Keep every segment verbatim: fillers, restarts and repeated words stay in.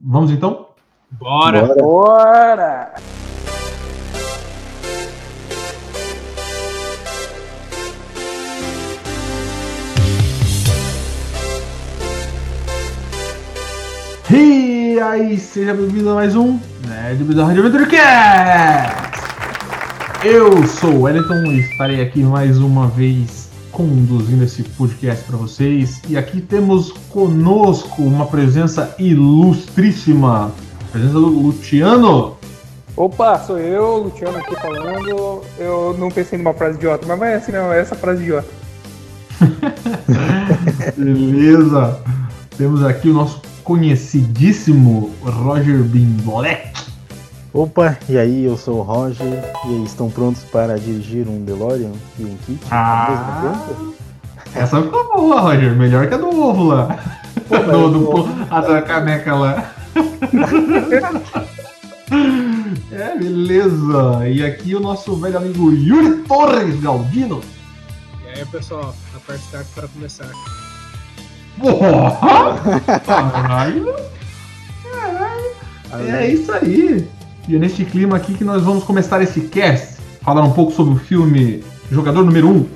Vamos então? Bora! Bora! Bora. E aí, seja bem-vindo a mais um Nerd Bizarro de Aventura Cast! Eu sou o Wellington e estarei aqui mais uma vez conduzindo esse podcast para vocês. E aqui temos conosco uma presença ilustríssima, a presença do Luciano. Opa, sou eu, Luciano aqui falando. Eu não pensei numa frase idiota, mas vai assim não, é essa frase idiota. Beleza! Temos aqui o nosso conhecidíssimo Roger Bimbolek. Opa, e aí, eu sou o Roger, e aí, estão prontos para dirigir um DeLorean e um kit? Ah, essa ficou boa, Roger, melhor que a do ovo lá. Pô, do, do, do, a da caneca lá. É, beleza. E aqui o nosso velho amigo Yuri Torres Galdino. E aí, pessoal, aperte o start para começar. Porra! Caralho! Caralho! É isso aí! E é neste clima aqui que nós vamos começar esse cast, falar um pouco sobre o filme Jogador Número um.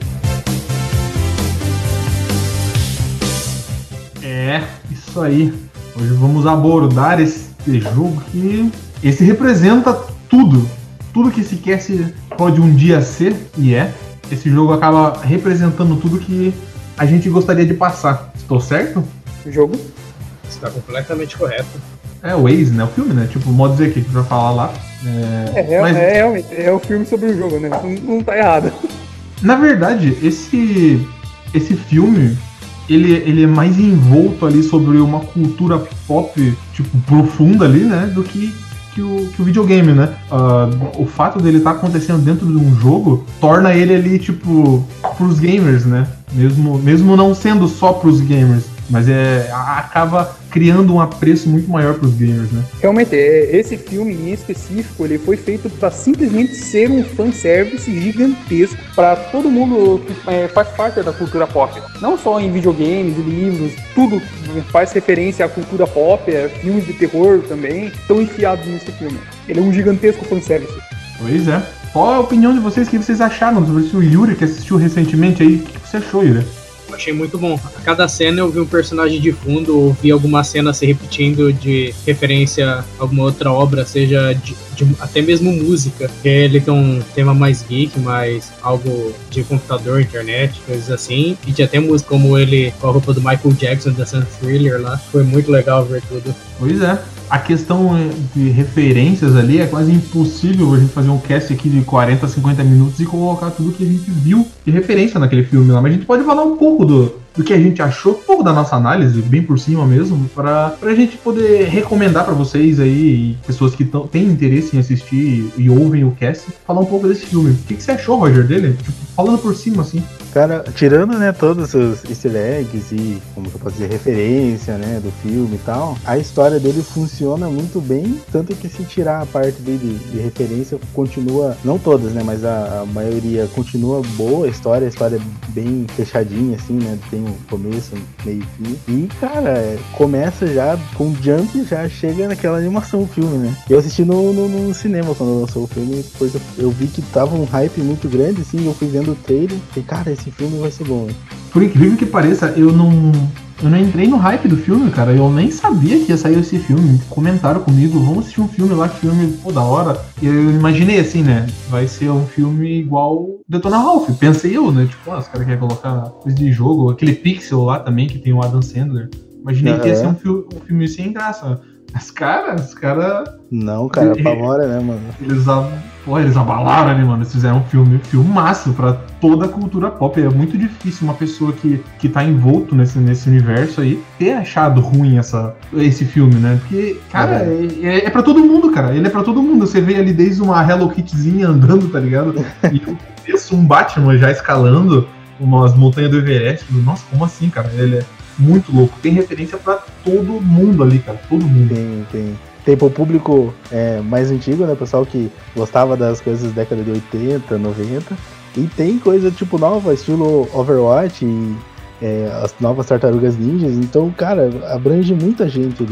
É, isso aí. Hoje vamos abordar esse jogo que... Esse representa tudo. Tudo que esse cast pode um dia ser, e é. Esse jogo acaba representando tudo que a gente gostaria de passar. Estou certo? O jogo? Está completamente correto. É o Waze, né? O filme, né? Tipo, o modo Z que a gente vai falar lá. É, é, mas... é, realmente, é o filme sobre o jogo, né? Não, não tá errado. Na verdade, esse, esse filme, ele, ele é mais envolto ali sobre uma cultura pop, tipo, profunda ali, né? Do que, que, o, que o videogame, né? Uh, o fato dele estar acontecendo dentro de um jogo torna ele ali, tipo, pros gamers, né? Mesmo, mesmo não sendo só pros gamers. Mas é, acaba criando um apreço muito maior para os gamers, né? Realmente, esse filme em específico, ele foi feito para simplesmente ser um fanservice gigantesco para todo mundo que é, faz parte da cultura pop. Não só em videogames, livros, tudo faz referência à cultura pop, é, filmes de terror também, estão enfiados nesse filme. Ele é um gigantesco fanservice. Pois é. Qual é a opinião de vocês? O que vocês acharam sobre o Yuri, que assistiu recentemente aí? O que você achou, Yuri? Eu achei muito bom. A cada cena eu vi um personagem de fundo, ou vi alguma cena se repetindo de referência a alguma outra obra, seja de, de, até mesmo música. Ele tem um tema mais geek, mais algo de computador, internet, coisas assim. E tinha até música como ele com a roupa do Michael Jackson, da Sun Thriller lá. Foi muito legal ver tudo. Pois é. A questão de referências ali é quase impossível a gente fazer um cast aqui de quarenta, cinquenta minutos e colocar tudo que a gente viu de referência naquele filme lá. Mas a gente pode falar um pouco do, do que a gente achou, um pouco da nossa análise, bem por cima mesmo, pra, pra gente poder recomendar pra vocês aí, pessoas que tão, têm interesse em assistir e, e ouvem o cast, falar um pouco desse filme. O que, que você achou, Roger, dele? Tipo, falando por cima, assim. Cara, tirando, né, todos os easter eggs e, como eu posso dizer, referência, né, do filme e tal, a história dele funciona muito bem, tanto que se tirar a parte dele de, de referência, continua, não todas, né, mas a, a maioria continua boa a história, a história é bem fechadinha, assim, né, tem um começo, meio e fim, e, cara, é, começa já com jump, já chega naquela animação o filme, né. Eu assisti no, no, no cinema quando lançou o filme, depois eu, eu vi que tava um hype muito grande, assim, eu fui vendo o trailer, e, cara, esse filme vai ser bom, né? Por incrível que pareça, eu não, eu não entrei no hype do filme, cara. Eu nem sabia que ia sair esse filme. Comentaram comigo, vamos assistir um filme lá, que filme, pô, da hora. E eu imaginei assim, né? Vai ser um filme igual Detona Ralph. Pensei eu, né? Tipo, ah, os caras querem colocar coisa de jogo. Aquele Pixel lá também, que tem o Adam Sandler. Imaginei uhum. que ia ser um, fi- um filme sem graça. Mas, cara, os caras... Não, cara, apavora, né, mano? Eles, porra, eles abalaram, né, mano? Eles fizeram um filme, filmaço pra toda a cultura pop. É muito difícil uma pessoa que, que tá envolto nesse, nesse universo aí ter achado ruim essa, esse filme, né? Porque, cara, é, é, é pra todo mundo, cara. Ele é pra todo mundo. Você vê ali desde uma Hello Kittyzinha andando, tá ligado? E eu conheço um Batman já escalando umas montanhas do Everest. Nossa, como assim, cara? Ele é muito louco. Tem referência pra todo mundo ali, cara. Todo mundo. Tem, tem. Tem pro público é, mais antigo, né? Pessoal que gostava das coisas da década de oitenta, noventa. E tem coisa tipo nova, estilo Overwatch e é, as novas Tartarugas Ninjas. Então, cara, abrange muita gente ali.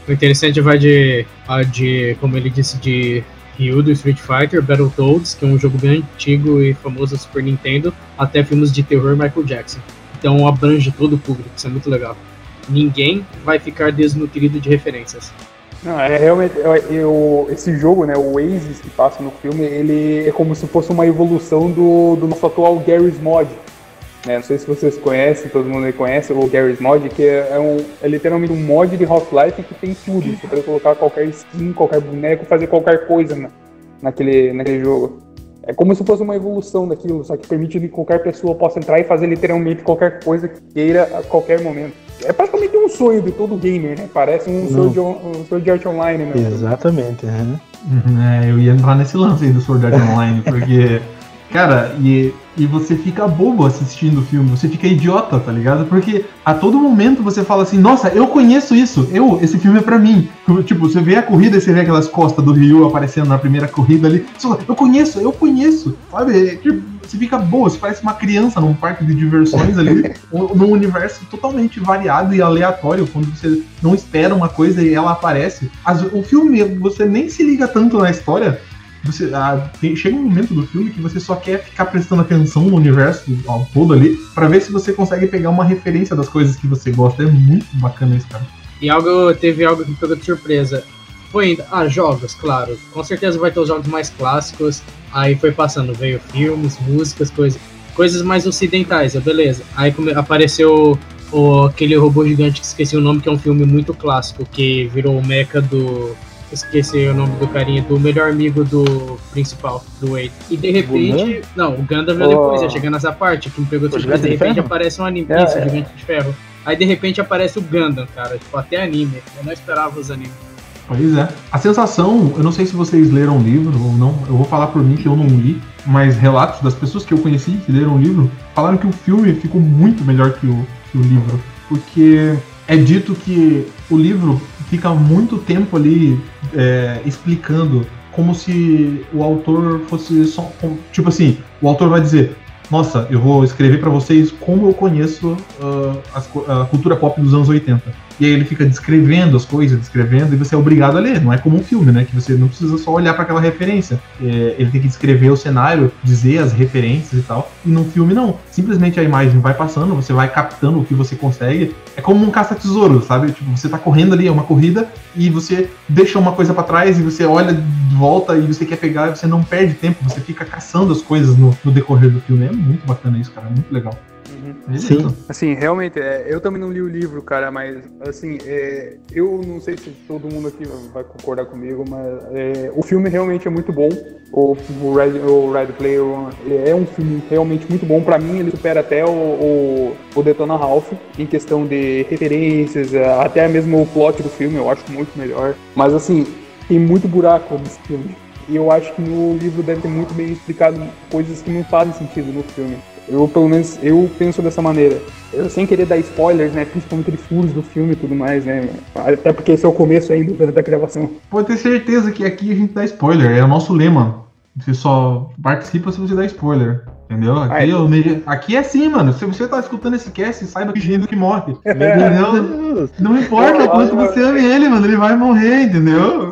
O interessante vai de, de, como ele disse, de Ryu do Street Fighter, Battletoads, que é um jogo bem antigo e famoso do Super Nintendo, até filmes de terror Michael Jackson. Então abrange todo o público, isso é muito legal. Ninguém vai ficar desnutrido de referências. Não, é realmente, eu, eu, esse jogo, né, o Oasis que passa no filme, ele é como se fosse uma evolução do, do nosso atual Garry's Mod. Né? Não sei se vocês conhecem, todo mundo aí conhece o Garry's Mod, que é, é, um, é literalmente um mod de Half-Life que tem tudo. Você pode colocar qualquer skin, qualquer boneco, fazer qualquer coisa na, naquele, naquele jogo. É como se fosse uma evolução daquilo, só que permite que qualquer pessoa possa entrar e fazer literalmente qualquer coisa que queira a qualquer momento. É praticamente um sonho de todo gamer, né? Parece um Sword, um Sword Art Online, né? Exatamente. Uhum. É, eu ia entrar nesse lance aí do Sword Art Online, porque, cara, e, e você fica bobo assistindo o filme, você fica idiota, tá ligado? Porque a todo momento você fala assim, nossa, eu conheço isso, eu, esse filme é pra mim. Tipo, você vê a corrida e você vê aquelas costas do Ryu aparecendo na primeira corrida ali, você fala, eu conheço, eu conheço, sabe? Tipo, você fica boa, você parece uma criança num parque de diversões ali, num universo totalmente variado e aleatório, quando você não espera uma coisa e ela aparece. As, o filme, você nem se liga tanto na história, você, ah, tem, chega um momento do filme que você só quer ficar prestando atenção no universo ao todo ali, pra ver se você consegue pegar uma referência das coisas que você gosta. É muito bacana isso, cara. E algo, teve algo que me pegou de surpresa. Foi ainda, ah, jogos, claro, com certeza vai ter os jogos mais clássicos, aí foi passando, veio filmes, músicas, coisas, coisas mais ocidentais, beleza. Aí come, apareceu o, aquele robô gigante que esqueci o nome, que é um filme muito clássico, que virou o mecha do, esqueci o nome do carinha, do melhor amigo do principal, do Wade. E de repente, não, o Gundam veio oh. depois, ia chegando nessa parte, que me pegou de surpresa, de repente aparece um anime, é, isso, é. Gigante de Ferro. Aí de repente aparece o Gundam, cara, tipo, até anime, eu não esperava os animes. Pois é. A sensação, eu não sei se vocês leram o livro ou não, eu vou falar por mim que eu não li, mas relatos das pessoas que eu conheci que leram o livro falaram que o filme ficou muito melhor que o, que o livro, porque é dito que o livro fica muito tempo ali é, explicando como se o autor fosse só, tipo assim, o autor vai dizer, nossa, eu vou escrever pra vocês como eu conheço uh, as, a cultura pop dos anos oitenta. E aí ele fica descrevendo as coisas, descrevendo, e você é obrigado a ler. Não é como um filme, né? Que você não precisa só olhar para aquela referência. É, ele tem que descrever o cenário, dizer as referências e tal. E num filme, não. Simplesmente a imagem vai passando, você vai captando o que você consegue. É como um caça-tesouro, sabe? Tipo, você tá correndo ali, é uma corrida, e você deixa uma coisa para trás, e você olha de volta, e você quer pegar, e você não perde tempo. Você fica caçando as coisas no, no decorrer do filme. É muito bacana isso, cara. É muito legal. Uhum. Sim. Assim, realmente, é, eu também não li o livro, cara, mas, assim, é, eu não sei se todo mundo aqui vai concordar comigo, mas é, o filme realmente é muito bom. O, o, Red, o Red Player One é um filme realmente muito bom. Pra mim, ele supera até o, o, o Detona Ralph em questão de referências, até mesmo o plot do filme, eu acho muito melhor. Mas, assim, tem muito buraco nesse filme. E eu acho que no livro deve ter muito bem explicado coisas que não fazem sentido no filme. Eu, pelo menos, eu penso dessa maneira. Eu, sem querer dar spoilers, né? Principalmente de furos do filme e tudo mais, né? Até porque esse é o começo ainda da, da gravação. Pode ter certeza que aqui a gente dá spoiler. É o nosso lema. Você só participa se você dá spoiler. Entendeu? Aqui, Ai, eu, aqui é assim, mano. Se você tá escutando esse cast, saiba que gente que morre. Entendeu? Não importa o quanto você ama ele, mano. Ele vai morrer, entendeu?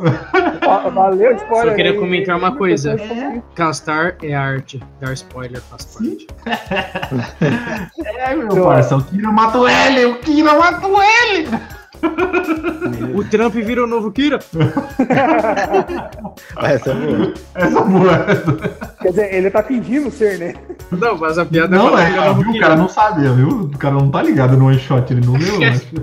Valeu, spoiler. Só queria aí, comentar aí, uma aí, coisa. é. Castar é arte. Dar spoiler faz parte. É, meu então, parça. O Kira matou ele! O Kira matou ele! O Trump virou o novo Kira? Essa é boa. Essa é boa. Quer dizer, ele tá fingindo ser, né? Não, mas a piada não, é, é, viu, o cara não sabia, viu? O cara não tá ligado no one shot, ele não leu.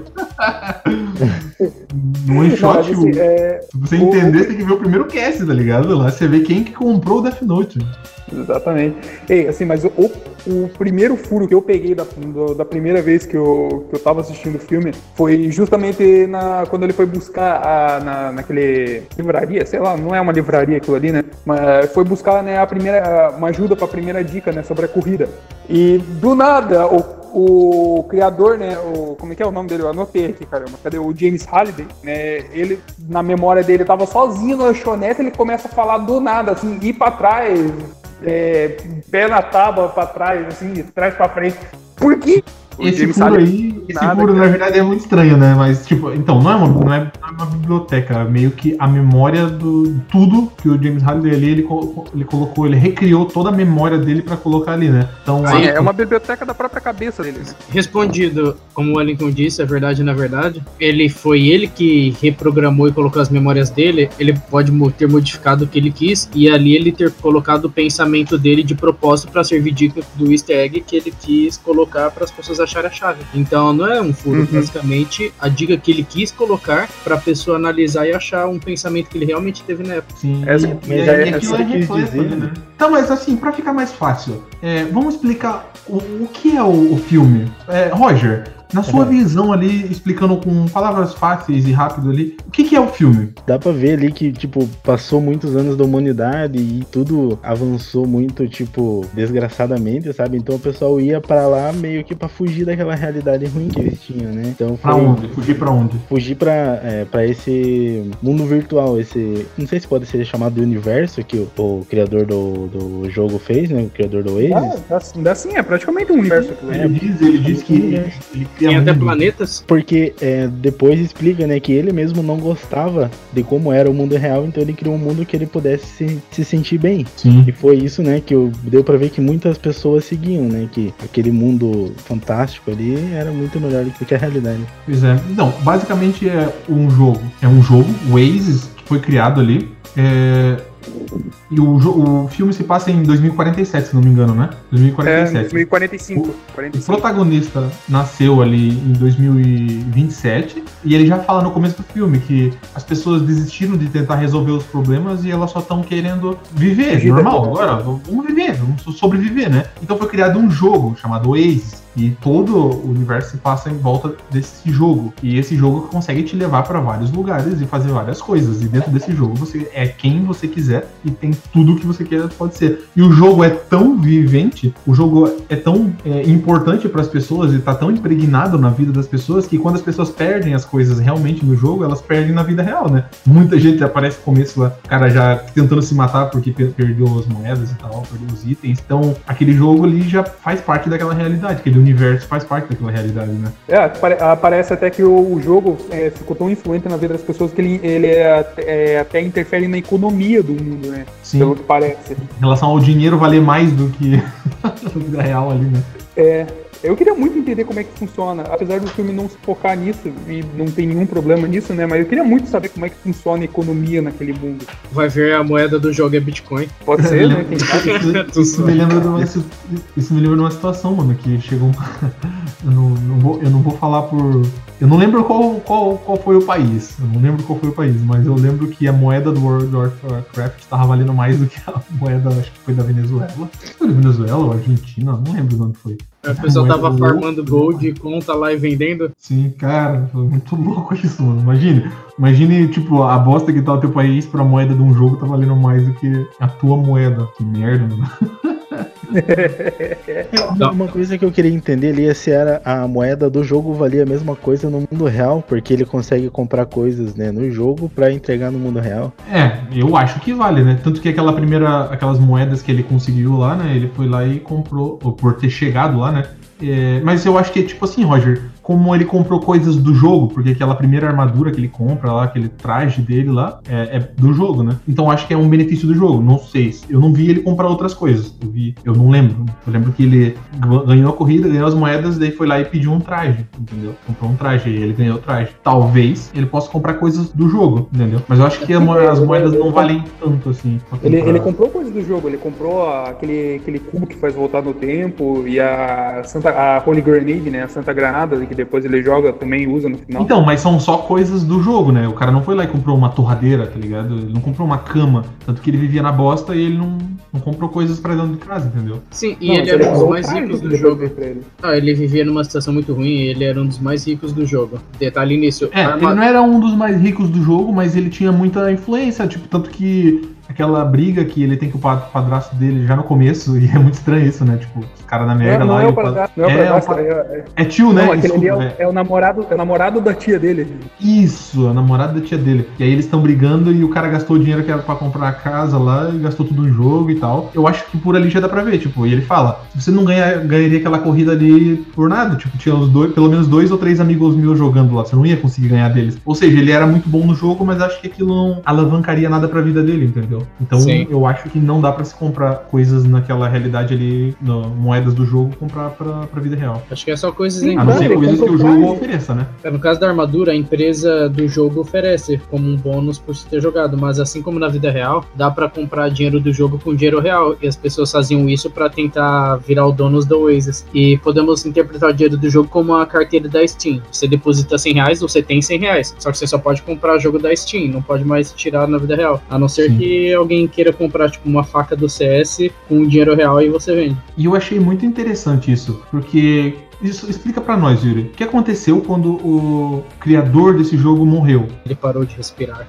No one shot, assim, é... se você entender, você tem que ver o primeiro cast, tá ligado? Lá você vê quem que comprou o Death Note. Exatamente. Ei, assim, mas o, o primeiro furo que eu peguei da, do, da primeira vez que eu, que eu tava assistindo o filme foi justamente na, quando ele foi buscar a, na, naquele livraria, sei lá, não é uma livraria aquilo ali, né? Mas foi buscar, né, a primeira, uma ajuda pra primeira dica, né, sobre a corrida. E do nada, o, o criador, né, o, como é que é o nome dele? Eu anotei aqui, caramba. Cadê? O James Halliday, né? Ele, na memória dele, tava sozinho no lanchonete, ele começa a falar do nada, assim, ir pra trás. É, pé na tábua pra trás, assim, de trás pra frente. Por que O Esse James furo sabe aí, esse nada, furo cara. na verdade é muito estranho, né? Mas, tipo, então, não é uma, não é, não é uma biblioteca, é meio que a memória do tudo que o James Halliday ali, ele, co- ele colocou, ele recriou toda a memória dele pra colocar ali, né? Então, Sim, a- é uma biblioteca da própria cabeça dele. Respondido, como o Wellington disse, é verdade na verdade, ele foi ele que reprogramou e colocou as memórias dele, ele pode mo- ter modificado o que ele quis, e ali ele ter colocado o pensamento dele de propósito para servir dica do easter egg que ele quis colocar para as pessoas acharem a chave. Então não é um furo, Uhum. basicamente a dica que ele quis colocar para a pessoa analisar e achar um pensamento que ele realmente teve na época. sim, Essa- e, mas e, é- e aquilo essa é que quis repleto dizer, ali, né? né? Então, mas assim, pra ficar mais fácil, é, vamos explicar o, o que é o, o filme. É, Roger, na sua É. visão ali, explicando com palavras fáceis e rápido ali, o que, que é o filme? Dá pra ver ali que, tipo, passou muitos anos da humanidade e tudo avançou muito, tipo, desgraçadamente, sabe? Então o pessoal ia pra lá meio que pra fugir daquela realidade ruim que eles tinham, né? Então Pra foi onde? Fugir pra onde? fugir pra, é, pra esse mundo virtual, esse... Não sei se pode ser chamado de universo que o, o criador do, do jogo fez, né? O criador do Oasis. Ah, dá, dá sim, é praticamente um universo aquilo ali. Ele diz, ele diz que ele, ele cria Tem até mundo. planetas. Porque é, depois explica, né, que ele mesmo não gostava de como era o mundo real, então ele criou um mundo que ele pudesse se, se sentir bem. Sim. E foi isso, né, que eu, deu pra ver que muitas pessoas seguiam, né, que aquele mundo fantástico ali era muito melhor do que a realidade. Pois é. Então, basicamente é um jogo. É um jogo, o Oasis, que foi criado ali. É, e o, jo- o filme se passa em dois mil e quarenta e sete, se não me engano, né? dois mil e quarenta É, e sete. dois mil e quarenta e cinco. O quarenta e cinco. protagonista nasceu ali em dois mil e vinte e sete e ele já fala no começo do filme que as pessoas desistiram de tentar resolver os problemas e elas só estão querendo viver, Vida normal. boa. Agora, vamos viver, vamos so- sobreviver, né? Então foi criado um jogo chamado Oasis e todo o universo se passa em volta desse jogo. E esse jogo consegue te levar para vários lugares e fazer várias coisas. E dentro desse jogo você é quem você quiser e tem tudo que você quer, pode ser. E o jogo é tão vivente, o jogo é tão é, importante para as pessoas e tá tão impregnado na vida das pessoas que quando as pessoas perdem as coisas realmente no jogo, elas perdem na vida real, né? Muita gente aparece no começo lá, o cara já tentando se matar porque per- perdeu as moedas e tal, perdeu os itens. Então, aquele jogo ali já faz parte daquela realidade, aquele universo faz parte daquela realidade, né? É, apare- aparece até que o, o jogo é, ficou tão influente na vida das pessoas que ele, ele é, é, até interfere na economia do mundo, né? Sim. Pelo que parece. Em relação ao dinheiro valer mais do que a vida real ali, né? É, eu queria muito entender como é que funciona, apesar do filme não se focar nisso e não tem nenhum problema nisso, né? Mas eu queria muito saber como é que funciona a economia naquele mundo. Vai ver a moeda do jogo é Bitcoin. Pode ser, né? Quem sabe? Isso, isso me lembra de uma, isso, isso me lembra de uma situação, mano, que chegou um... eu, não, não vou, eu não vou falar por... Eu não lembro qual, qual, qual foi o país. Eu não lembro qual foi o país, mas eu lembro que a moeda do World of Warcraft estava valendo mais do que a moeda, acho que foi da Venezuela. Foi da Venezuela ou Argentina? Não lembro de onde foi. A pessoa Moeda tava do- farmando gold e conta lá e vendendo. Sim, cara, foi muito louco isso, mano. Imagine, imagine, tipo, a bosta que tá o teu país pra moeda de um jogo tá valendo mais do que a tua moeda. Que merda, mano. Uma, uma coisa que eu queria entender ali é se era a moeda do jogo valia a mesma coisa no mundo real, porque ele consegue comprar coisas, né, no jogo pra entregar no mundo real. É, eu acho que vale, né? Tanto que aquela primeira, aquelas moedas que ele conseguiu lá, né? Ele foi lá e comprou, ou por ter chegado lá, né? É, mas eu acho que é tipo assim, Roger, como ele comprou coisas do jogo, porque aquela primeira armadura que ele compra lá, aquele traje dele lá, é, é do jogo, né? Então acho que é um benefício do jogo. Não sei, eu não vi ele comprar outras coisas. Eu vi, eu não lembro. Eu lembro que ele ganhou a corrida, ganhou as moedas, daí foi lá e pediu um traje, entendeu? Comprou um traje e ele ganhou o traje. Talvez ele possa comprar coisas do jogo, entendeu? Mas eu acho que a mo- as moedas não valem tanto assim. pra Ele, comprar. ele comprou coisas do jogo, ele comprou aquele, aquele cubo que faz voltar no tempo e a Santa, a Holy Grenade, né? A Santa Granada, que depois ele joga, também usa no final. Então, mas são só coisas do jogo, né? O cara não foi lá e comprou uma torradeira, tá ligado? Ele não comprou uma cama. Tanto que ele vivia na bosta e ele não, não comprou coisas pra dentro de casa, entendeu? Sim, e Não, ele mas era um dos comprou mais o traje ricos que do depois jogo. veio pra ele. Ah, ele vivia numa situação muito ruim e ele era um dos mais ricos do jogo. Detalhe nisso. É, arma- ele não era um dos mais ricos do jogo, mas ele tinha muita influência, tipo, tanto que aquela briga que ele tem com o padrasto dele já no começo, e é muito estranho isso, né? Tipo, os caras na merda não, lá. Não é o padrasto, não é o padrasto, é, é, é, é tio, né? Não, aquele Desculpa, ali é, é, o namorado, é o namorado da tia dele. Isso, a namorada da tia dele. E aí eles estão brigando e o cara gastou o dinheiro que era pra comprar a casa lá e gastou tudo no jogo e tal. Eu acho que por ali já dá pra ver, tipo, e ele fala, você não ganha, ganharia aquela corrida ali por nada, tipo, tinha os dois, pelo menos dois ou três amigos meus jogando lá, você não ia conseguir ganhar deles. Ou seja, ele era muito bom no jogo, mas acho que aquilo não alavancaria nada pra vida dele, entendeu? Então Sim. eu acho que não dá pra se comprar coisas naquela realidade ali, no, moedas do jogo, comprar pra, pra vida real. Acho que é só coisas Sim, a não ser coisas que o jogo ofereça, né? No caso da armadura, a empresa do jogo oferece como um bônus por se ter jogado, mas assim como na vida real, dá pra comprar dinheiro do jogo com dinheiro real, e as pessoas faziam isso pra tentar virar o dono da Oasis. E podemos interpretar o dinheiro do jogo como a carteira da Steam. Você deposita cem reais, você tem cem reais, só que você só pode comprar jogo da Steam, não pode mais tirar na vida real, a não ser Sim. que alguém queira comprar tipo uma faca do C S com dinheiro real e você vende. E eu achei muito interessante isso, porque isso explica pra nós, Yuri, o que aconteceu quando o criador desse jogo morreu? Ele parou de respirar.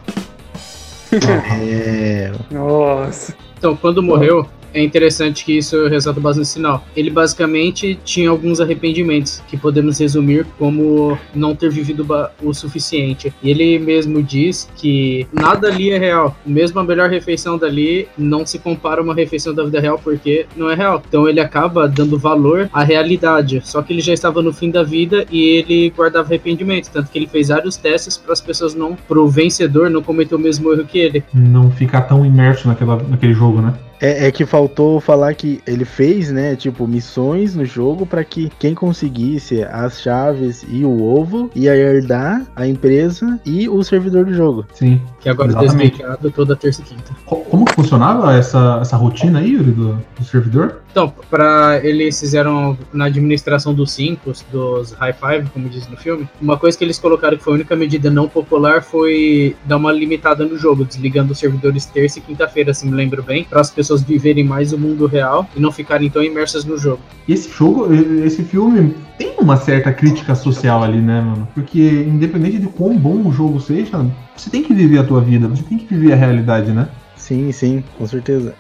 É... Nossa. Então, quando morreu, é interessante que isso ressalta bastante no sinal. Ele basicamente tinha alguns arrependimentos, que podemos resumir como não ter vivido o suficiente. E ele mesmo diz que nada ali é real. Mesmo a melhor refeição dali não se compara a uma refeição da vida real, porque não é real. Então ele acaba dando valor à realidade. Só que ele já estava no fim da vida e ele guardava arrependimentos. Tanto que ele fez vários testes para as pessoas não, para o vencedor não cometer o mesmo erro que ele. Não ficar tão imerso naquela, naquele jogo, né? É, é que faltou falar que ele fez, né, tipo, missões no jogo pra que quem conseguisse as chaves e o ovo ia herdar a empresa e o servidor do jogo. Sim. Que agora é desligado toda terça e quinta. Como que funcionava essa, essa rotina aí, Yuri, do, do servidor? Então, para eles fizeram na administração dos cinco, dos high five, como diz no filme, uma coisa que eles colocaram que foi a única medida não popular foi dar uma limitada no jogo, desligando os servidores terça e quinta-feira, se me lembro bem, para as pessoas viverem mais o mundo real e não ficarem tão imersas no jogo. E esse jogo, esse filme tem uma certa crítica social ali, né, mano? Porque independente de quão bom o jogo seja, você tem que viver a tua vida, você tem que viver a realidade, né? Sim, sim, com certeza.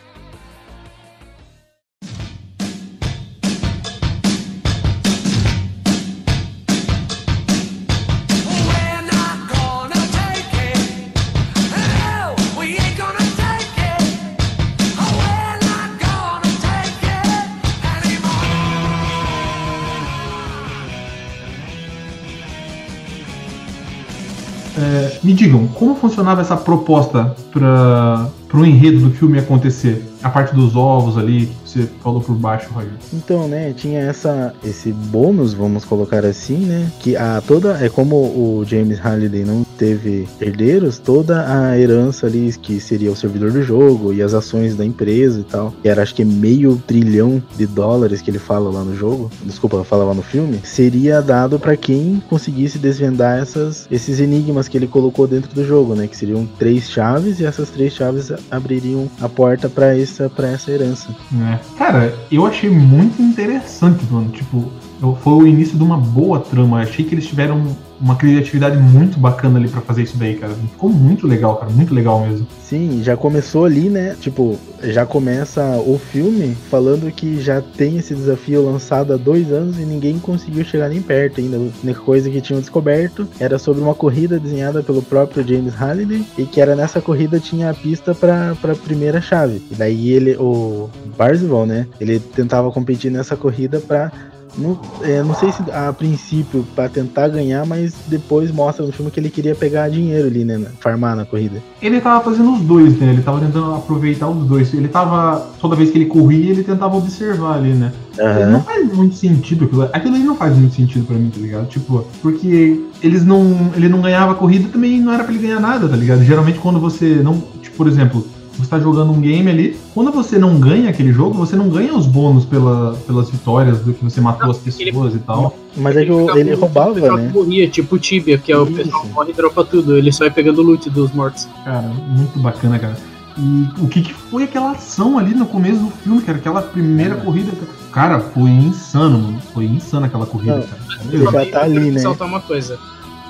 É, me digam, como funcionava essa proposta para o enredo do filme acontecer? A parte dos ovos ali, que você falou por baixo, Roger. Então, né, tinha essa, esse bônus, vamos colocar assim, né, que a toda, é como o James Halliday não teve herdeiros, toda a herança ali, que seria o servidor do jogo e as ações da empresa e tal, que era acho que meio trilhão de dólares que ele fala lá no jogo, desculpa, fala lá no filme, seria dado para quem conseguisse desvendar essas, esses enigmas que ele colocou dentro do jogo, né, que seriam três chaves e essas três chaves abririam a porta para esse pra essa herança. É. Cara, eu achei muito interessante, mano. Tipo, foi o início de uma boa trama. Eu achei que eles tiveram uma criatividade muito bacana ali pra fazer isso daí, cara. Ficou muito legal, cara. Muito legal mesmo. Sim, já começou ali, né? Tipo, já começa o filme falando que já tem esse desafio lançado há dois anos e ninguém conseguiu chegar nem perto ainda. A única coisa que tinham descoberto era sobre uma corrida desenhada pelo próprio James Halliday e que era nessa corrida tinha a pista pra, pra primeira chave. E daí ele, o Parzival, né? Ele tentava competir nessa corrida pra Não, é, não sei se a princípio pra tentar ganhar, mas depois mostra no filme que ele queria pegar dinheiro ali, né? Farmar na corrida. Ele tava fazendo os dois, né? Ele tava tentando aproveitar os dois. Ele tava, toda vez que ele corria, ele tentava observar ali, né? Uhum. Não faz muito sentido aquilo. Aquilo aí não faz muito sentido pra mim, tá ligado? Tipo, porque eles não, ele não ganhava a corrida, também não era pra ele ganhar nada, tá ligado? Geralmente quando você não, tipo, por exemplo, você tá jogando um game ali, quando você não ganha aquele jogo, você não ganha os bônus pela, pelas vitórias do que você matou as pessoas e tal. Mas é que ele, ele roubava, né? Morria, tipo o Tibia, que é o pessoal morre e dropa tudo, ele só ia pegando loot dos mortos. Cara, muito bacana, cara. E o que, que foi aquela ação ali no começo do filme, cara? Aquela primeira é. corrida. Cara, foi insano, mano. Foi insano aquela corrida, não, cara. Ele já tá ali, né? Saltar uma coisa.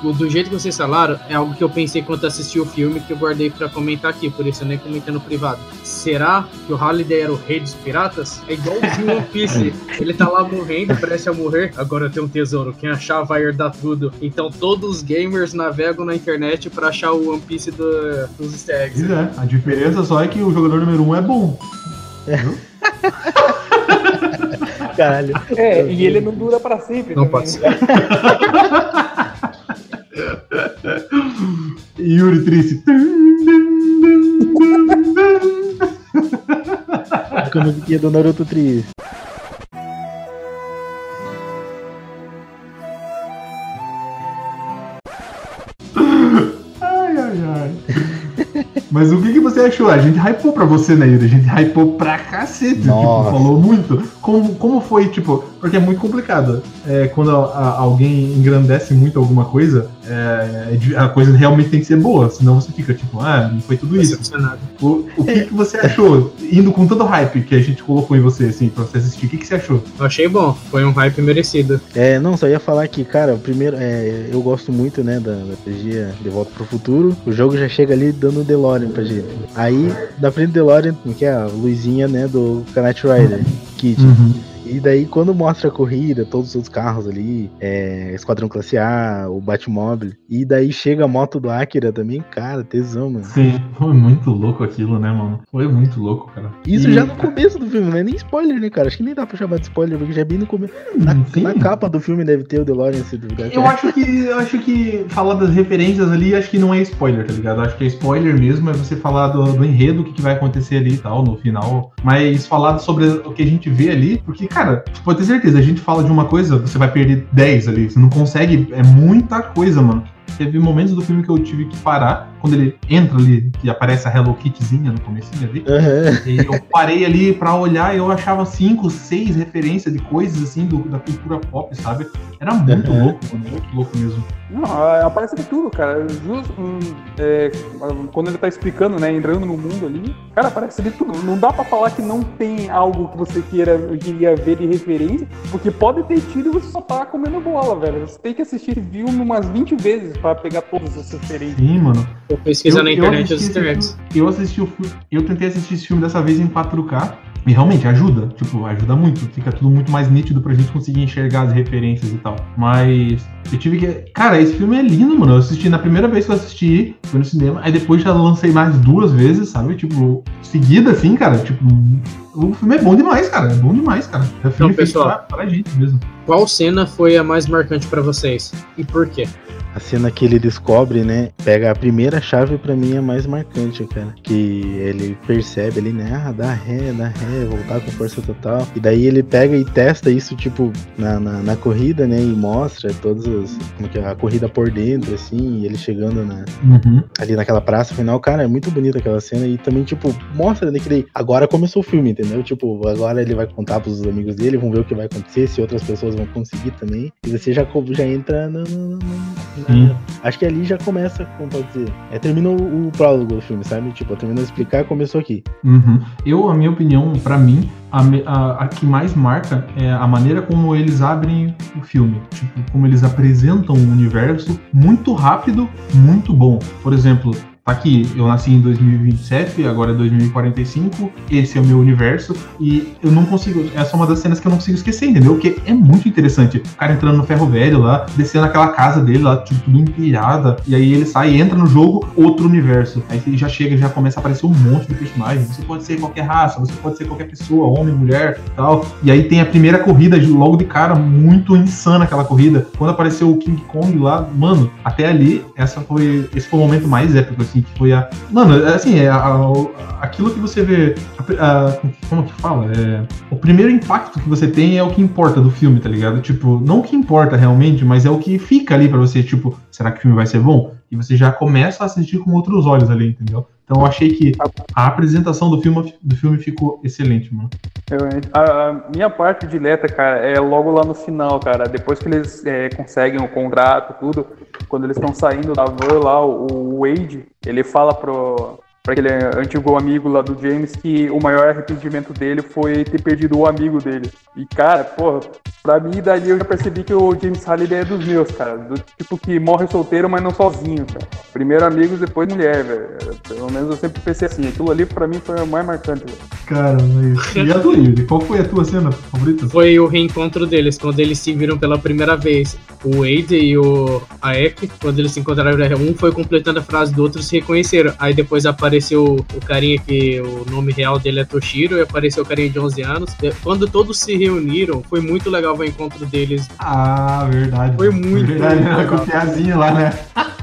do jeito que vocês falaram, é algo que eu pensei quando assisti o filme, que eu guardei pra comentar aqui, por isso eu nem comentei no privado. Será que o Halliday era o rei dos piratas? É igualzinho o One Piece. Ele tá lá morrendo, prestes a morrer. Agora eu tenho um tesouro, quem achar vai herdar tudo. Então todos os gamers navegam na internet pra achar o One Piece do, dos easter eggs. É, a diferença só é que o jogador número um é bom. É. Caralho. É, e ele não dura pra sempre. Não também, pode ser. né? Yuri triste. A musiquinha do Naruto triste. Ai, ai, ai. Mas o que, que você achou? A gente hypou pra você, né, Yuri? A gente hypou pra cacete. Tipo, falou muito. Como, como foi, tipo... Porque é muito complicado. É, quando a, a, alguém engrandece muito alguma coisa, é, a coisa realmente tem que ser boa. Senão você fica tipo, ah, não foi tudo isso. O, o que, que você achou? Indo com todo o hype que a gente colocou em você, assim, pra você assistir. O que, que você achou? Eu achei bom. Foi um hype merecido. É, não, só ia falar que, cara, o primeiro... É, eu gosto muito, né, da, da trilogia De Volta pro Futuro. O jogo já chega ali dando o DeLorean pra gente. Aí, na frente do DeLorean, que é a luzinha, né, do Knight Rider, Kid. Uhum. E daí, quando mostra a corrida, todos os outros carros ali, é, Esquadrão Classe A, o Batmóvel, e daí chega a moto do Akira também, cara, tesão, mano. Sim, foi muito louco aquilo, né, mano? Foi muito louco, cara. Isso e... já no começo do filme, não é nem spoiler, né, cara? Acho que nem dá pra chamar de spoiler, porque já é bem no começo. Na, na capa do filme deve ter o DeLorean, se duvidar. Eu acho que eu acho que falar das referências ali, acho que não é spoiler, tá ligado? Acho que é spoiler mesmo, é você falar do, do enredo, o que, que vai acontecer ali e tal, no final. Mas falar sobre o que a gente vê ali, porque, cara, pode ter certeza, a gente fala de uma coisa, você vai perder dez ali, você não consegue, é muita coisa, mano. Teve momentos do filme que eu tive que parar, quando ele entra ali, que aparece a Hello Kittyzinha no comecinho ali, uhum. E eu parei ali pra olhar e eu achava cinco, seis referências de coisas assim do, da cultura pop, sabe? Era muito uhum. louco, mano, muito louco mesmo. Não, aparece de tudo, cara. Justo, hum, é, quando ele tá explicando, né, entrando no mundo ali, cara, aparece de tudo. Não dá pra falar que não tem algo que você queira, queria ver de referência, porque pode ter tido e você só tá comendo bola, velho. Você tem que assistir esse filme umas vinte vezes pra pegar todas essas referências. Sim, mano. Vou pesquisar eu, na internet os easter eggs. Eu assisti o filme, eu tentei assistir esse filme dessa vez em quatro K. E realmente ajuda, tipo, ajuda muito. Fica tudo muito mais nítido pra gente conseguir enxergar as referências e tal. Mas eu tive que... Cara, esse filme é lindo, mano. Eu assisti na primeira vez que eu assisti, foi no cinema. Aí depois já lancei mais duas vezes, sabe? Tipo, seguida assim, cara. Tipo, o filme é bom demais, cara. É bom demais, cara. É um filme então, pessoal, feito pra, pra gente mesmo. Qual cena foi a mais marcante pra vocês? E por quê? A cena que ele descobre, né? Pega a primeira chave, pra mim é mais marcante, cara. Que ele percebe ali, né? Ah, dá ré, dá ré, voltar com força total. E daí ele pega e testa isso, tipo, na, na, na corrida, né? E mostra todos os... Como que é? A corrida por dentro, assim. E ele chegando na, uhum. ali naquela praça final. Cara, é muito bonita aquela cena. E também, tipo, mostra, né? Que daí, agora começou o filme, entendeu? Tipo, agora ele vai contar pros amigos dele, vão ver o que vai acontecer, se outras pessoas vão conseguir também. E você já, já entra no... no, no Hum. Acho que ali já começa, como pode dizer, é, termina o, o prólogo do filme, sabe? Tipo, termina de explicar, começou aqui. Uhum. Eu, a minha opinião, pra mim, a, a, a que mais marca é a maneira como eles abrem o filme. Tipo, como eles apresentam o universo muito rápido, muito bom. Por exemplo, tá aqui, eu nasci em dois mil e vinte e sete, agora é dois mil e quarenta e cinco, esse é o meu universo, e eu não consigo, essa é uma das cenas que eu não consigo esquecer, entendeu? Porque é muito interessante, o cara entrando no ferro velho lá, descendo aquela casa dele lá, tipo, tudo empilhada, e aí ele sai, entra no jogo, outro universo, aí ele já chega, já começa a aparecer um monte de personagens, você pode ser qualquer raça, você pode ser qualquer pessoa, homem, mulher, tal, e aí tem a primeira corrida, logo de cara, muito insana aquela corrida, quando apareceu o King Kong lá, mano, até ali, essa foi, esse foi o momento mais épico, assim, que foi a... Mano, assim, é a, a, aquilo que você vê... A, a, como que fala? É, o primeiro impacto que você tem é o que importa do filme, tá ligado? Tipo, não o que importa realmente, mas é o que fica ali pra você, tipo, será que o filme vai ser bom? E você já começa a assistir com outros olhos ali, entendeu? Então eu achei que a apresentação do filme, do filme ficou excelente, mano. A, a minha parte dileta, cara, é logo lá no final, cara. Depois que eles é, conseguem o contrato, tudo, quando eles estão saindo da van lá, o, o Wade, ele fala pro, pra aquele antigo amigo lá do James, que o maior arrependimento dele foi ter perdido o amigo dele. E, cara, porra, pra mim, dali eu já percebi que o James Halliday é dos meus, cara. Do tipo que morre solteiro, mas não sozinho, cara. Primeiro amigos, depois mulher, velho. Pelo menos eu sempre pensei assim. Aquilo ali, pra mim, foi o mais marcante, velho. Cara, mas... E a tua, Yuri? Qual foi a tua cena favorita? Foi o reencontro deles, quando eles se viram pela primeira vez. O Wade e o Aek, quando eles se encontraram, um foi completando a frase do outro, se reconheceram. Aí depois apareceu o carinha que o nome real dele é Toshiro, e apareceu o carinha de onze anos. Quando todos se reuniram, foi muito legal o encontro deles. Ah, verdade. Foi muito verdade, legal. Com o piazinho lá, né?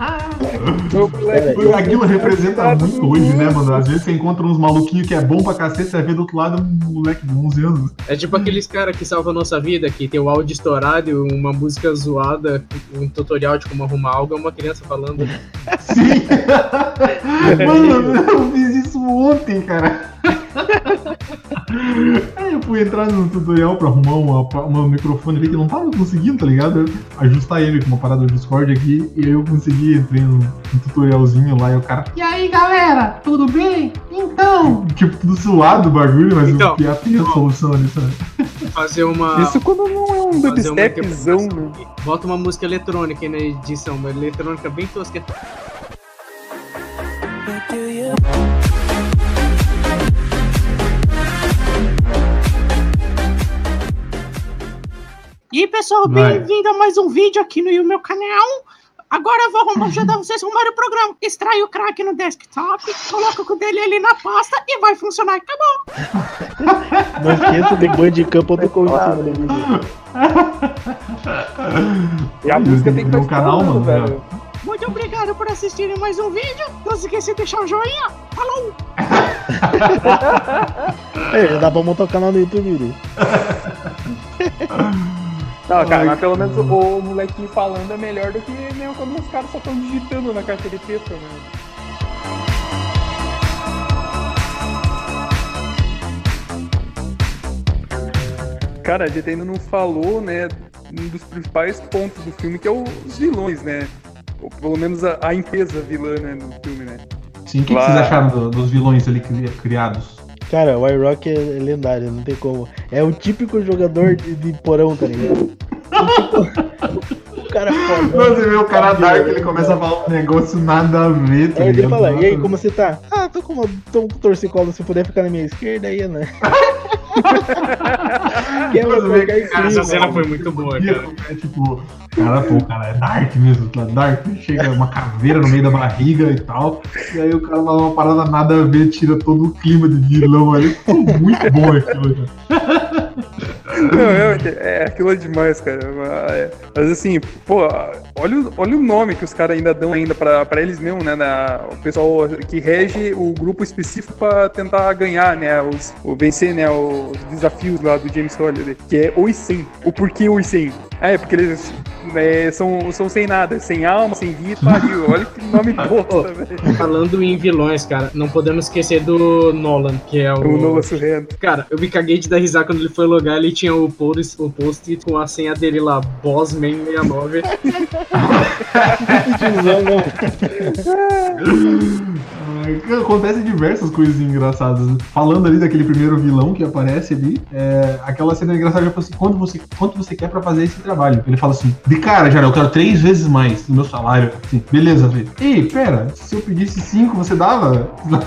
Aquilo representa muito hoje, né, mano? Às vezes você encontra uns maluquinhos que é bom pra cacete, você vê do outro lado um moleque de onze anos. É tipo aqueles caras que salvam a nossa vida, que tem o áudio estourado e uma música zoada, um tutorial de como arrumar algo, é uma criança falando. Sim! Mano, eu fiz isso ontem, cara. Aí eu fui entrar no tutorial pra arrumar uma, uma microfone ali que não tava conseguindo, tá ligado? Ajustar ele com uma parada do Discord aqui, e aí eu consegui, entrei no, no tutorialzinho lá e o cara... E aí, galera, tudo bem? Então... Tipo, tudo suado o bagulho, mas então, o P A tem a solução ali, sabe? Fazer uma... Isso quando não é um dubstepzão, né? Bota uma música eletrônica aí na edição, uma eletrônica bem tosca. E aí, pessoal, bem-vindo a mais um vídeo aqui no meu canal. Agora eu vou ajudar vocês a arrumar o programa. Extrai o crack no desktop, coloca o dele ali na pasta e vai funcionar. Acabou. Não esqueça de Bandicamp do Coutinho no vídeo. E a música tem que no canal, mano, velho. Muito obrigado por assistirem mais um vídeo. Não se esqueça de deixar o joinha. Falou! É, dá pra montar o canal no YouTube, né? Não, cara, mas pelo menos o, o molequinho falando é melhor do que mesmo quando os caras só estão digitando na caixa de texto, né? Cara, a gente ainda não falou, né, um dos principais pontos do filme, que é os vilões, né? Ou pelo menos a, a empresa vilã, né, no filme, né? Sim, o que, que vocês acharam do, dos vilões ali criados? Cara, o iRock é lendário, não tem como. É o típico jogador de, de porão, tá ligado? O cara foda. Você vê o cara dark, ele começa a falar um negócio nada a ver, tá Aí ele ligado? fala, e aí, como você tá? Ah, tô com, uma, tô com torcicolo, se puder ficar na minha esquerda aí, né? Mas vê que, cara, essa cena foi muito boa, cara. É tipo, cara, pô, o cara é dark mesmo, tá dark, chega uma caveira no meio da barriga e tal, e aí o cara fala uma parada nada a ver, tira todo o clima de vilão ali. Ficou muito bom aquilo, cara. Não, é, é, aquilo é demais, cara. Mas assim, pô, olha, olha o nome que os caras ainda dão ainda pra, pra eles mesmo, né? Na, o pessoal que rege o grupo específico pra tentar ganhar, né? Os, o vencer, né? Os desafios lá do James Holliday, que é os cem. O porquê os cem? É, porque eles é, são, são sem nada, sem alma, sem vida, pariu. Olha que nome bosta, velho. Falando em vilões, cara, não podemos esquecer do Nolan, que é o... O Nolan Surrento. Cara, eu me caguei de dar risada quando ele foi logar, ele tinha o post, o post com a senha dele lá, Bossman sessenta e nove. Acontece diversas coisas engraçadas. Falando ali daquele primeiro vilão que aparece ali, é, aquela cena engraçada, já assim, quanto você, quanto você quer pra fazer esse trabalho? Ele fala assim, de cara, já eu quero três vezes mais do meu salário. Assim, beleza, velho. Ei, pera, se eu pedisse cinco, você dava?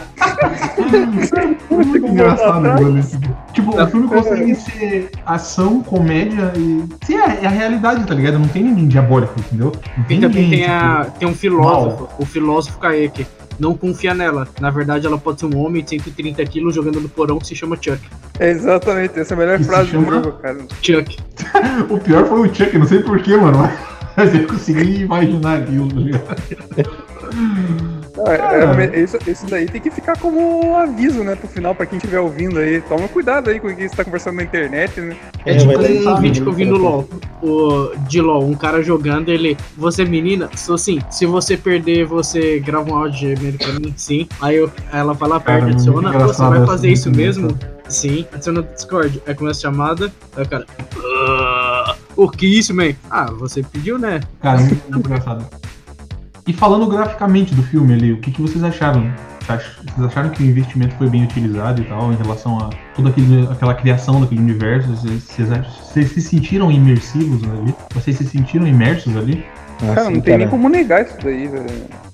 É muito engraçado aquilo ali. Tipo, o filme consegue ser ação, comédia e... Sim, é, é a realidade, tá ligado? Não tem ninguém diabólico, entendeu? Não tem E também ninguém, tem, a, tipo, tem um filósofo, mal. o filósofo Kaeki. Não confia nela. Na verdade, ela pode ser um homem de cento e trinta quilos jogando no porão que se chama Chuck. É exatamente, essa é a melhor Que frase se chama... do jogo, cara. Chuck. O pior foi o Chuck, não sei porquê, mano. Mas eu consegui imaginar aquilo, tá ligado? Não, é, é, isso, isso daí tem que ficar como um aviso, né, pro final, pra quem estiver ouvindo aí. Toma cuidado aí com quem você tá conversando na internet, né? É, É, tipo vai ter um que vídeo que eu vi no saber. LoL. O, de LoL, um cara jogando, ele... Você é menina? Sou sim. Se você perder, você grava um áudio gemendo pra mim? Sim. Aí eu, ela vai lá perto, Cara, adiciona. muito Você engraçado vai essa, fazer muito isso mesmo? engraçado. Sim. Adiciona no Discord. Aí começa a chamada. Aí o cara... "Ah, o que isso, man? Ah, você pediu, né?" Cara, muito engraçado. E falando graficamente do filme ali, o que, que vocês acharam? Vocês acharam que o investimento foi bem utilizado e tal, em relação a toda aquele, aquela criação daquele universo? Vocês, vocês, vocês se sentiram imersivos ali? Vocês se sentiram imersos ali? Cara, não tem cara. nem como negar isso daí, velho.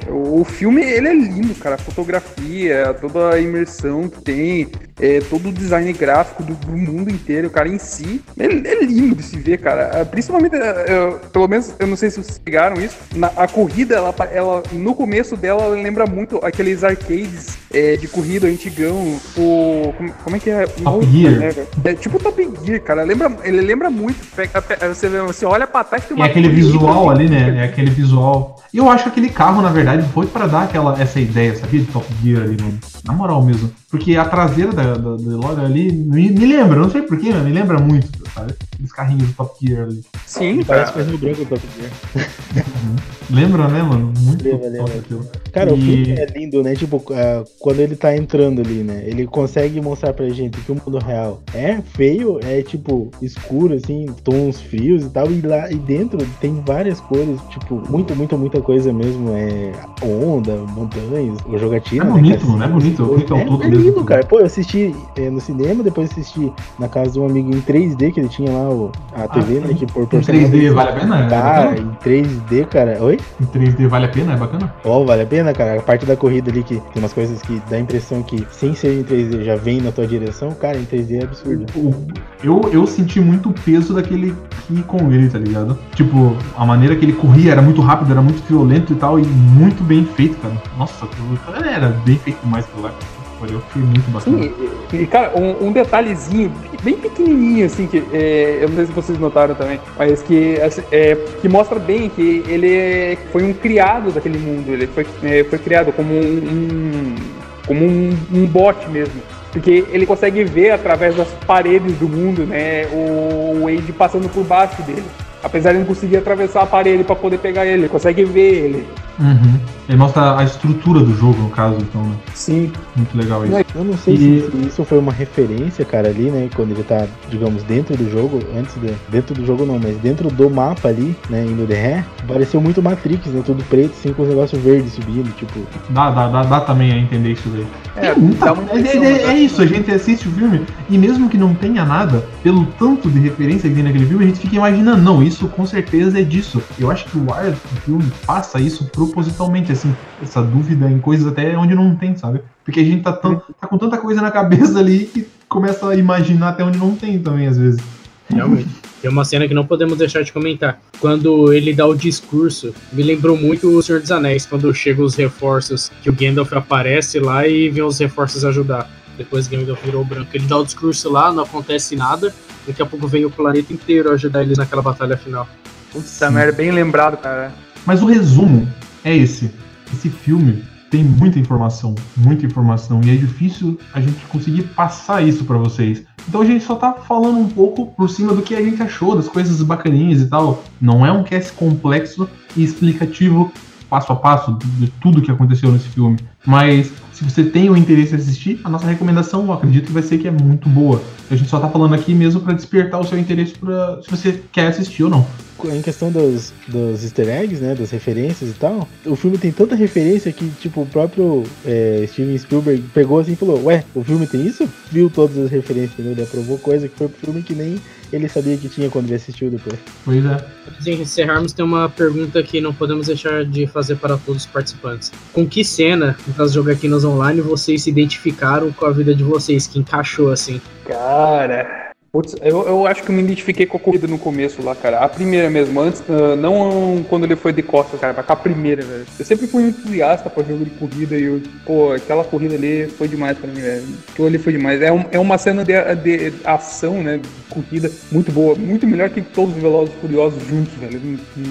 O filme, ele é lindo, cara. A fotografia, toda a imersão que tem, é, todo o design gráfico do, do mundo inteiro, cara, em si, é, é lindo de se ver, cara. Principalmente, eu, pelo menos, eu não sei se vocês pegaram isso, na, a corrida, ela, ela, no começo dela, ela lembra muito aqueles arcades é, de corrida antigão, o... Como, como é que é? Top Gear. Né, é tipo Top Gear, cara. Lembra, ele lembra muito. Você, você olha pra trás, tem uma... É aquele visual ali, né? É aquele visual. E eu acho que aquele carro, na verdade, foi pra dar aquela, essa ideia, sabia? De Top Gear ali, mano. Na moral mesmo. Porque a traseira da, da, da DeLorean ali me, me lembra, não sei porquê, mas me lembra muito, sabe? Aqueles carrinhos do Top Gear ali. Sim, parece coisa branca do Top Gear. Uhum. Lembra, né, mano? Muito lembra, lembra. Aquilo. Cara, e... o filme é lindo, né? Tipo, uh, quando ele tá entrando ali, né? Ele consegue mostrar pra gente que o mundo real é feio, é tipo escuro, assim, tons frios e tal. E lá e dentro tem várias cores, tipo, muita, muita, muita coisa mesmo. É onda, montanhas, o jogatina. É bonito, né? Não é bonito? É, é, é lindo, cara. Pô, eu assisti é, no cinema, depois assisti na casa de um amigo em três D, que ele tinha lá o, a T V, ah, né? Que por em três D vale a pena? Cara, é em três D, cara. Oi? Em três D vale a pena? É bacana? Ó, oh, vale a pena, cara. A parte da corrida ali, que tem umas coisas que dá a impressão que, sem ser em três D, já vem na tua direção. Cara, em três D é absurdo. Eu, eu senti muito o peso daquele King Kong ali, tá ligado? Tipo, a maneira que ele corria era muito rápido, era muito violento e tal, e muito bem feito, cara. Nossa, era bem feito demais aquilo lá. Eu fiquei muito bacana. Sim, e, e cara, um, um detalhezinho bem pequenininho, assim, que é, eu não sei se vocês notaram também, mas que, assim, é, que mostra bem que ele foi um criado daquele mundo, ele foi, é, foi criado como um, um, como um, um bot mesmo. Porque ele consegue ver através das paredes do mundo, né, o Wade passando por baixo dele. Apesar de não conseguir atravessar a parede pra poder pegar ele, ele consegue ver ele. Uhum. Ele mostra a estrutura do jogo, no caso, então, né? Sim. Muito legal isso. Eu não sei e... se isso foi uma referência, cara, ali, né? Quando ele tá, digamos, dentro do jogo, antes de... Dentro do jogo não, mas dentro do mapa ali, né, indo de ré, pareceu muito Matrix, né? Tudo preto, assim, com os negócios verdes subindo, tipo... Dá, dá, dá, dá também a entender isso daí. É, muita... é, é, é isso, a gente assiste o filme, e mesmo que não tenha nada, pelo tanto de referência que tem naquele filme, a gente fica imaginando, não, isso com certeza é disso. Eu acho que o ar do filme passa isso propositalmente, assim, essa dúvida em coisas até onde não tem, sabe? Porque a gente tá, tão, tá com tanta coisa na cabeça ali que começa a imaginar até onde não tem também, às vezes. Realmente. Tem uma cena que não podemos deixar de comentar. Quando ele dá o discurso, me lembrou muito o Senhor dos Anéis, quando chegam os reforços, que o Gandalf aparece lá e vem os reforços ajudar. Depois o Gandalf virou branco. Ele dá o discurso lá, não acontece nada, daqui a pouco vem o planeta inteiro ajudar eles naquela batalha final. Puta merda, bem lembrado, cara. Mas o resumo é esse. Esse filme tem muita informação, muita informação, e é difícil a gente conseguir passar isso pra vocês. Então a gente só tá falando um pouco por cima do que a gente achou, das coisas bacaninhas e tal. Não é um cast complexo e explicativo, passo a passo, de tudo que aconteceu nesse filme. Mas se você tem o interesse em assistir, a nossa recomendação, eu acredito que vai ser que é muito boa. A gente só tá falando aqui mesmo pra despertar o seu interesse pra, se você quer assistir ou não. Em questão dos, dos easter eggs, né, das referências e tal, o filme tem tanta referência que, tipo, o próprio é, Steven Spielberg pegou assim e falou, ué, o filme tem isso? Viu todas as referências, entendeu? Ele aprovou coisa que foi pro filme que nem ele sabia que tinha quando ele assistiu depois. Pois é. Antes de encerrarmos, tem uma pergunta que não podemos deixar de fazer para todos os participantes. Com que cena, no caso de Jogaquinas Online, vocês se identificaram com a vida de vocês, que encaixou assim? Cara... Putz, eu, eu acho que eu me identifiquei com a corrida no começo lá, cara. A primeira mesmo, antes, uh, não quando ele foi de costas, cara, mas com a primeira, velho. Eu sempre fui entusiasta pra jogo de corrida e, eu, pô, aquela corrida ali foi demais pra mim, velho. Aquilo ali foi demais. É, um, é uma cena de, de ação, né, de corrida muito boa, muito melhor que todos os Velozes e Furiosos juntos, velho.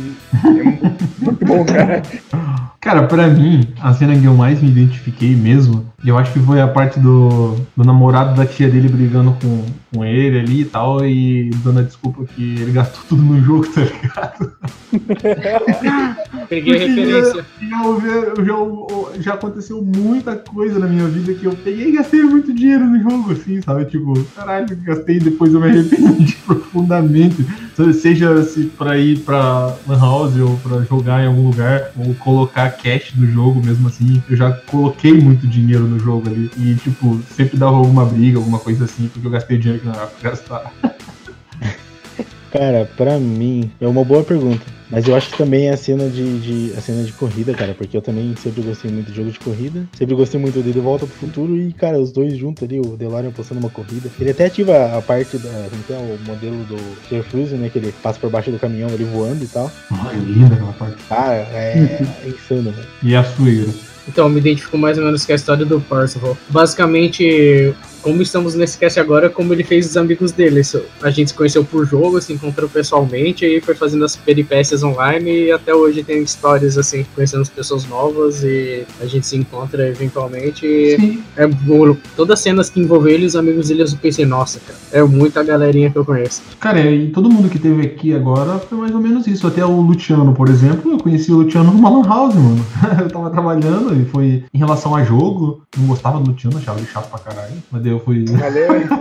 É muito, muito bom, cara. Cara, pra mim, a cena que eu mais me identifiquei mesmo, e eu acho que foi a parte do, do namorado da tia dele brigando com, com ele ali e tal, e dando a desculpa que ele gastou tudo no jogo, tá ligado? Peguei a referência. Já, já, já aconteceu muita coisa na minha vida que eu peguei e gastei muito dinheiro no jogo, assim, sabe? Tipo, caralho, gastei e depois eu me arrependi profundamente. Seja se pra ir pra Lan House ou pra jogar em algum lugar, ou colocar cash no jogo mesmo assim. Eu já coloquei muito dinheiro no jogo ali. E, tipo, sempre dava alguma briga, alguma coisa assim, porque eu gastei dinheiro que não era pra gastar. Cara, pra mim, é uma boa pergunta. Mas eu acho que também é a cena de, de, a cena de corrida, cara. Porque eu também sempre gostei muito de jogo de corrida. Sempre gostei muito de De Volta pro Futuro. E, cara, os dois juntos ali, o DeLorean postando uma corrida. Ele até ativa a parte da... Como que é o modelo do Sir Cruise, né? Que ele passa por baixo do caminhão ali voando e tal. Ah, é linda aquela parte. Cara, é, é insano, velho. E a sueira? Então, eu me identifico mais ou menos com a história do Parzival. Basicamente, como estamos nesse cast agora, como ele fez os amigos dele. A gente se conheceu por jogo, se encontrou pessoalmente, e foi fazendo as peripécias online, e até hoje tem histórias assim, conhecendo as pessoas novas, e a gente se encontra eventualmente. E é bom. Todas as cenas que envolvem ele e os amigos dele, eu pensei, nossa, cara, é muita galerinha que eu conheço. Cara, e todo mundo que teve aqui agora foi mais ou menos isso. Até o Luciano, por exemplo, eu conheci o Luciano numa Lan House, mano. Eu tava trabalhando, e foi em relação a jogo. Não gostava do Luciano, achava ele chato pra caralho. Mas daí eu fui. Valeu, hein?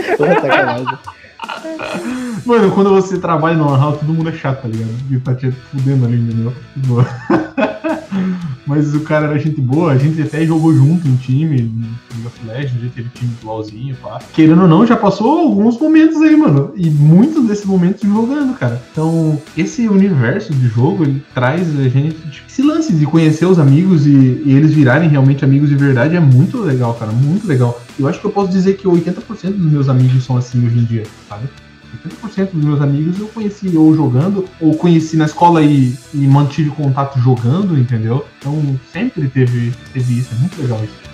Mano, quando você trabalha no Lan House, todo mundo é chato, tá ligado? E tá te fudendo ali, entendeu? Mas o cara era gente boa, a gente até jogou junto em time, League of Legends, a gente teve time do LOLzinho, pá. Querendo ou não, já passou alguns momentos aí, mano. E muitos desses momentos jogando, cara. Então, esse universo de jogo, ele traz a gente, tipo, esse lance de conhecer os amigos e, e eles virarem realmente amigos de verdade é muito legal, cara, muito legal. Eu acho que eu posso dizer que oitenta por cento dos meus amigos são assim hoje em dia, sabe? oitenta por cento dos meus amigos eu conheci ou jogando, ou conheci na escola e, e mantive contato jogando, entendeu? Então sempre teve, teve isso, é muito legal isso.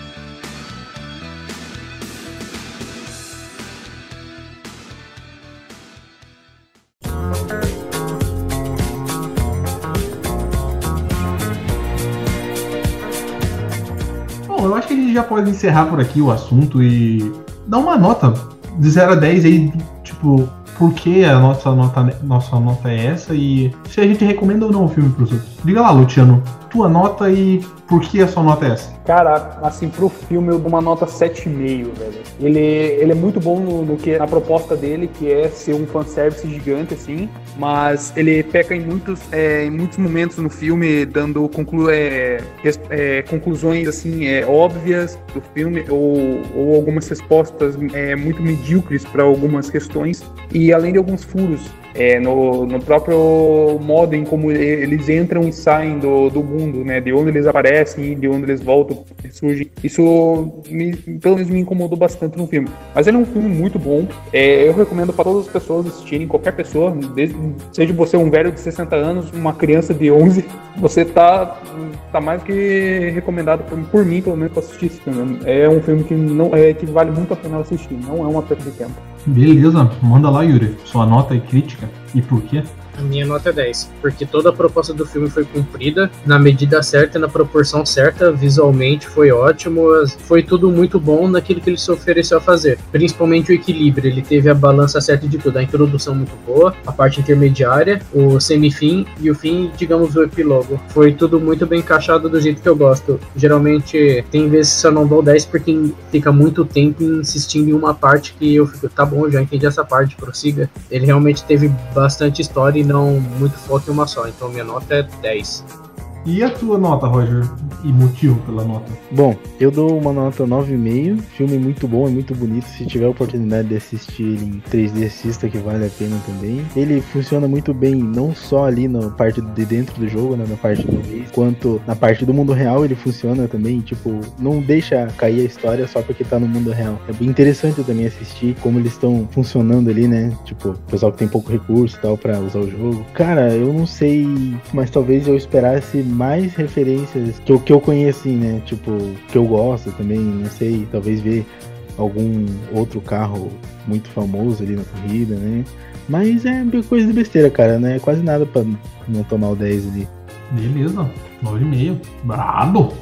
Bom, eu acho que a gente já pode encerrar por aqui o assunto e dar uma nota de zero a dez aí, tipo, por que a nossa nota, nossa nota é essa e se a gente recomenda ou não o filme pros outros. Diga lá, Luciano, tua nota e por que a sua nota é essa? Cara, assim, pro filme eu dou uma nota sete vírgula cinco, velho. Ele, ele é muito bom no, no que, na proposta dele, que é ser um fanservice gigante, assim, mas ele peca em muitos, é, em muitos momentos no filme, dando conclu, é, res, é, conclusões, assim, é, óbvias do filme, ou, ou algumas respostas é, muito medíocres para algumas questões, e além de alguns furos. É, no, no próprio modo em como eles entram e saem do, do mundo, né? De onde eles aparecem e de onde eles voltam, surgem. Isso, me, pelo menos, me incomodou bastante no filme. Mas ele é um filme muito bom. É, eu recomendo para todas as pessoas assistirem, qualquer pessoa, desde, seja você um velho de sessenta anos, uma criança de onze, você tá, tá mais que recomendado por, por mim, pelo menos, para assistir esse filme. É um filme que, não, é, que vale muito a pena assistir, não é uma perda de tempo. Beleza, manda lá, Yuri, sua nota e crítica, e por quê? A minha nota é dez, porque toda a proposta do filme foi cumprida na medida certa, na proporção certa, visualmente foi ótimo, foi tudo muito bom naquilo que ele se ofereceu a fazer, principalmente o equilíbrio, ele teve a balança certa de tudo, a introdução muito boa, a parte intermediária, o semifim e o fim, digamos, o epílogo, foi tudo muito bem encaixado do jeito que eu gosto. Geralmente tem vezes que eu não dou dez porque fica muito tempo insistindo em uma parte que eu fico, tá bom, já entendi essa parte, prossiga. Ele realmente teve bastante história e não muito foco em uma só, então minha nota é dez. E a tua nota, Roger? E motivo pela nota? Bom, eu dou uma nota nove vírgula cinco. Filme muito bom, é muito bonito. Se tiver a oportunidade de assistir ele em três D, assista, que vale a pena também. Ele funciona muito bem, não só ali na parte de dentro do jogo, né, na parte do mês, quanto na parte do mundo real ele funciona também. Tipo, não deixa cair a história só porque tá no mundo real. É bem interessante também assistir como eles estão funcionando ali, né? Tipo, o pessoal que tem pouco recurso e tal pra usar o jogo. Cara, eu não sei, mas talvez eu esperasse mais referências que eu, que eu conheço, assim, né? Tipo, que eu gosto também, não sei, talvez ver algum outro carro muito famoso ali na corrida, né? Mas é coisa de besteira, cara, né? Quase nada pra não tomar o dez ali. Beleza, nove vírgula cinco. Brabo!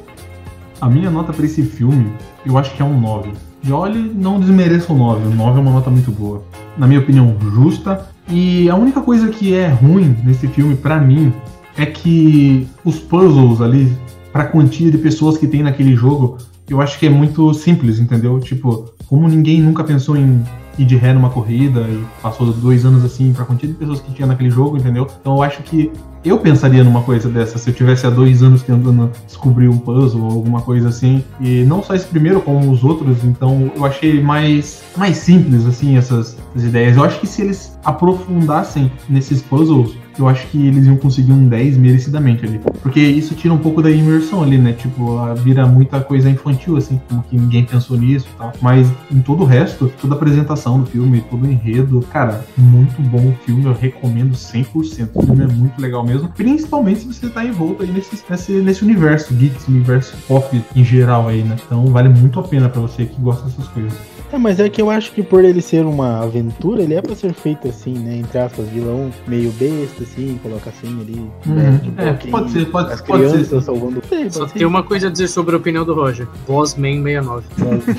A minha nota pra esse filme, eu acho que é um nove. E olha, não desmereça o nove. O nove é uma nota muito boa. Na minha opinião, justa. E a única coisa que é ruim nesse filme, pra mim, é que os puzzles ali, pra quantia de pessoas que tem naquele jogo, eu acho que é muito simples, entendeu? Tipo, como ninguém nunca pensou em ir de ré numa corrida e passou dois anos assim pra quantia de pessoas que tinha naquele jogo, entendeu? Então eu acho que eu pensaria numa coisa dessa se eu tivesse há dois anos tentando descobrir um puzzle ou alguma coisa assim. E não só esse primeiro, como os outros. Então eu achei mais, mais simples, assim, essas, essas ideias. Eu acho que se eles aprofundassem nesses puzzles, eu acho que eles iam conseguir um dez merecidamente ali. Porque isso tira um pouco da imersão ali, né? Tipo, vira muita coisa infantil, assim, como que ninguém pensou nisso e tal. Mas em todo o resto, toda a apresentação do filme, todo o enredo, cara, muito bom o filme, eu recomendo cem por cento. O filme é muito legal mesmo, principalmente se você tá envolto aí nesse, nesse, nesse universo geek, esse universo pop em geral aí, né? Então vale muito a pena pra você que gosta dessas coisas. É, mas é que eu acho que por ele ser uma aventura, ele é pra ser feito assim, né? Entre aspas, vilão meio besta, assim, coloca assim ali. Uhum. Né? Tipo, É, quem- pode ser, pode, as pode crianças ser. salvando. É, Só pode ser. tem uma coisa a dizer sobre a opinião do Roger. Bossman sessenta e nove.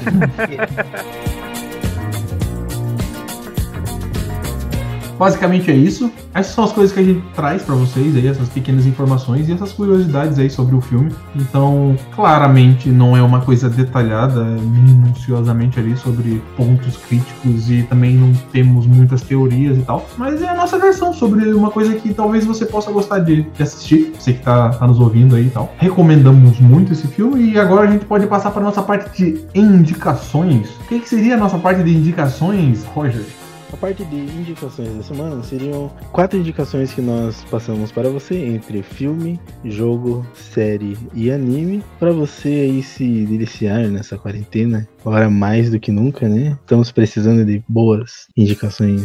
Basicamente é isso. Essas são as coisas que a gente traz pra vocês aí, essas pequenas informações e essas curiosidades aí sobre o filme. Então, claramente não é uma coisa detalhada, minuciosamente ali sobre pontos críticos e também não temos muitas teorias e tal. Mas é a nossa versão sobre uma coisa que talvez você possa gostar de, de assistir, você que tá, tá nos ouvindo aí e tal. Recomendamos muito esse filme e agora a gente pode passar para nossa parte de indicações. O que, que seria a nossa parte de indicações, Roger? A parte de indicações da semana seriam quatro indicações que nós passamos para você entre filme, jogo, série e anime, para você aí se deliciar nessa quarentena, agora mais do que nunca, né? Estamos precisando de boas indicações.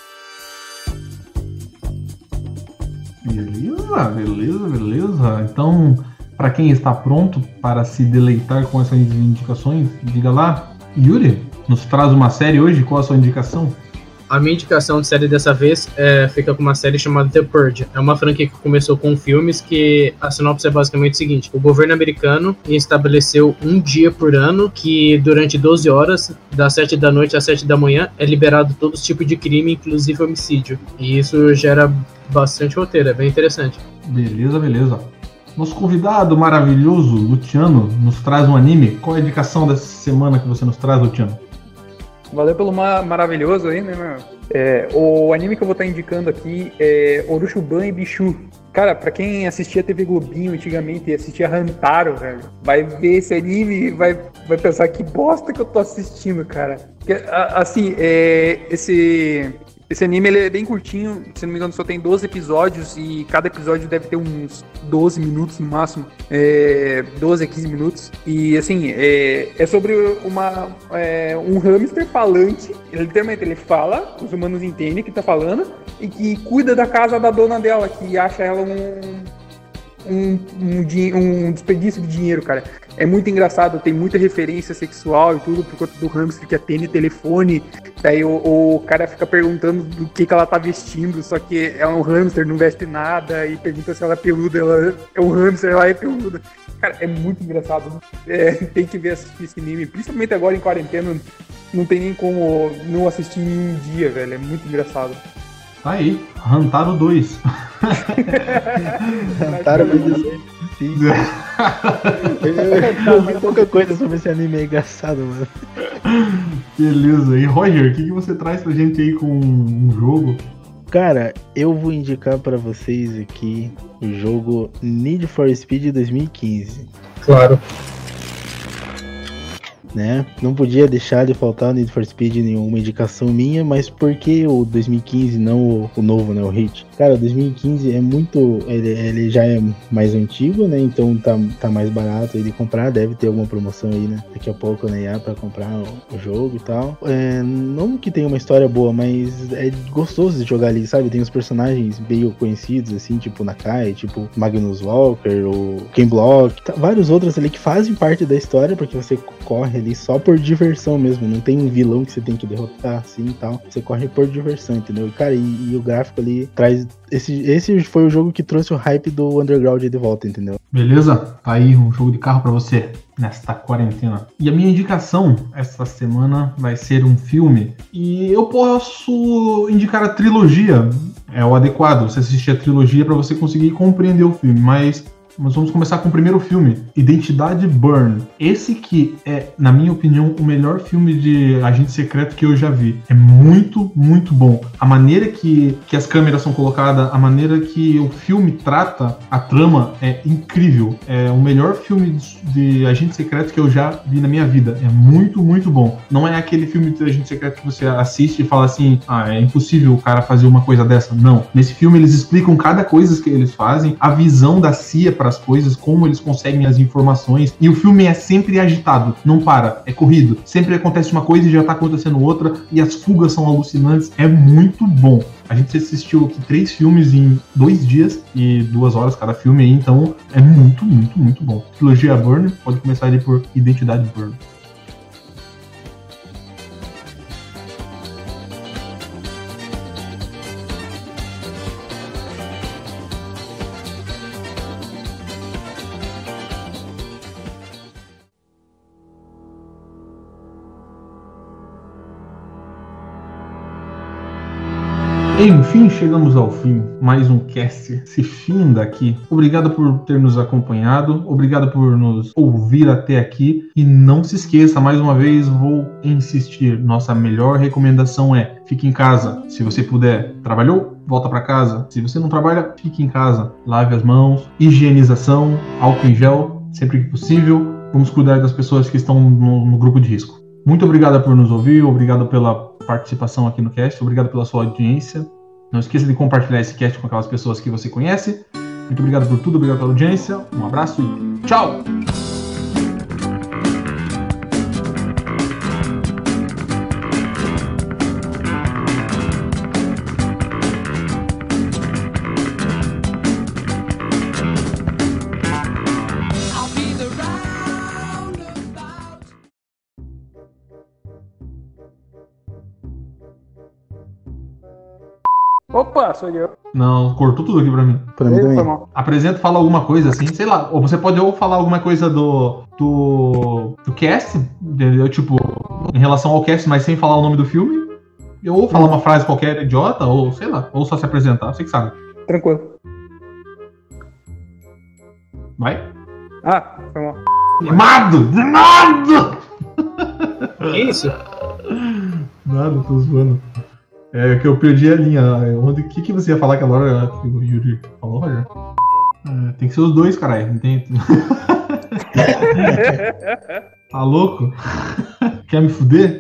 Beleza, beleza, beleza. Então, para quem está pronto para se deleitar com essas indicações, diga lá, Yuri, nos traz uma série hoje, qual a sua indicação? A minha indicação de série dessa vez é, fica com uma série chamada The Purge. É uma franquia que começou com filmes que a sinopse é basicamente o seguinte: o governo americano estabeleceu um dia por ano que durante doze horas, das sete da noite às sete da manhã, é liberado todo tipo de crime, inclusive homicídio. E isso gera bastante roteiro, é bem interessante. Beleza, beleza. Nosso convidado maravilhoso, Luciano, nos traz um anime. Qual é a indicação dessa semana que você nos traz, Luciano? Valeu pelo ma- maravilhoso aí, né, meu? É, o anime que eu vou estar indicando aqui é Orushuban e Bichu. Cara, pra quem assistia T V Globinho antigamente e assistia Hantaro, velho, vai ver esse anime e vai, vai pensar que bosta que eu tô assistindo, cara. Porque, a- assim, é, esse... Esse anime ele é bem curtinho, se não me engano só tem doze episódios e cada episódio deve ter uns doze minutos no máximo, é, doze a quinze minutos. E assim, é, é sobre uma, é, um hamster falante, ele, literalmente ele fala, os humanos entendem que tá falando, e que cuida da casa da dona dela, que acha ela um... Um, um, di- um desperdício de dinheiro, cara. É muito engraçado, tem muita referência sexual e tudo, por conta do hamster que atende telefone. Daí o, o cara fica perguntando do que, que ela tá vestindo, só que é um hamster, não veste nada, e pergunta se ela é peluda, ela é um hamster, ela é peluda. Cara, é muito engraçado. É, tem que ver assistir esse anime, principalmente agora em quarentena, não tem nem como não assistir em um dia, velho. É muito engraçado. Tá aí, Hantaro dois. Hantaro dois. Sim. Eu eu ouvi pouca coisa sobre esse anime, é engraçado, mano. Beleza, e Roger, o que, que você traz pra gente aí com um jogo? Cara, eu vou indicar pra vocês aqui o jogo Need for Speed dois mil e quinze. Claro. Né? Não podia deixar de faltar o Need for Speed nenhuma indicação minha, mas por que o dois mil e quinze, não o, o novo, né, o Hit? Cara, o dois mil e quinze é muito, ele, ele já é mais antigo, né, então tá, tá mais barato aí de comprar, deve ter alguma promoção aí, né, daqui a pouco, né, já pra comprar o, o jogo e tal. É, não que tenha uma história boa, mas é gostoso de jogar ali, sabe? Tem os personagens meio conhecidos, assim, tipo Nakai, tipo Magnus Walker, ou Ken Block, tá, vários outros ali que fazem parte da história, porque você corre ali ali só por diversão mesmo. Não tem um vilão que você tem que derrotar assim e tal. Você corre por diversão, entendeu? Cara, e, e o gráfico ali traz... Esse, esse foi o jogo que trouxe o hype do Underground de volta, entendeu? Beleza? Tá aí um jogo de carro pra você nesta quarentena. E a minha indicação essa semana vai ser um filme. E eu posso indicar a trilogia. É o adequado, você assistir a trilogia pra você conseguir compreender o filme. Mas nós vamos começar com o primeiro filme, Identidade Bourne. Esse que é, na minha opinião, o melhor filme de agente secreto que eu já vi. É muito, muito bom. A maneira que, que as câmeras são colocadas, a maneira que o filme trata a trama é incrível. É o melhor filme de, de agente secreto que eu já vi na minha vida. É muito, muito bom. Não é aquele filme de agente secreto que você assiste e fala assim, ah, é impossível o cara fazer uma coisa dessa. Não. Nesse filme eles explicam cada coisa que eles fazem, a visão da C I A para as coisas, como eles conseguem as informações, e o filme é sempre agitado, não para, é corrido, sempre acontece uma coisa e já tá acontecendo outra, e as fugas são alucinantes, é muito bom. A gente assistiu aqui três filmes em dois dias e duas horas cada filme aí, então é muito, muito, muito bom. Trilogia Bourne, pode começar ali por Identidade Bourne. Enfim, chegamos ao fim. Mais um cast se finda aqui. Obrigado por ter nos acompanhado. Obrigado por nos ouvir até aqui. E não se esqueça, mais uma vez, vou insistir. Nossa melhor recomendação é: fique em casa. Se você puder. Trabalhou? Volta para casa. Se você não trabalha, fique em casa. Lave as mãos. Higienização. Álcool em gel. Sempre que possível. Vamos cuidar das pessoas que estão no, no grupo de risco. Muito obrigado por nos ouvir. Obrigado pela participação aqui no cast, obrigado pela sua audiência. Não esqueça de compartilhar esse cast com aquelas pessoas que você conhece. Muito obrigado por tudo, obrigado pela audiência. Um abraço e tchau! Opa, sou eu. Não, cortou tudo aqui pra mim. Pra mim também. Apresenta, fala alguma coisa assim, sei lá. Ou você pode ou falar alguma coisa do, do, do cast, entendeu? Tipo, em relação ao cast, mas sem falar o nome do filme. Ou falar uma frase qualquer idiota, ou sei lá. Ou só se apresentar, você que sabe. Tranquilo. Vai. Ah, foi mal. Animado! Animado! Que isso? Nada, tô zoando. É que eu perdi a linha. O que, que você ia falar aquela hora que o Yuri falou, Roger? É, tem que ser os dois, caralho. Não tem... Tá louco? Quer me fuder?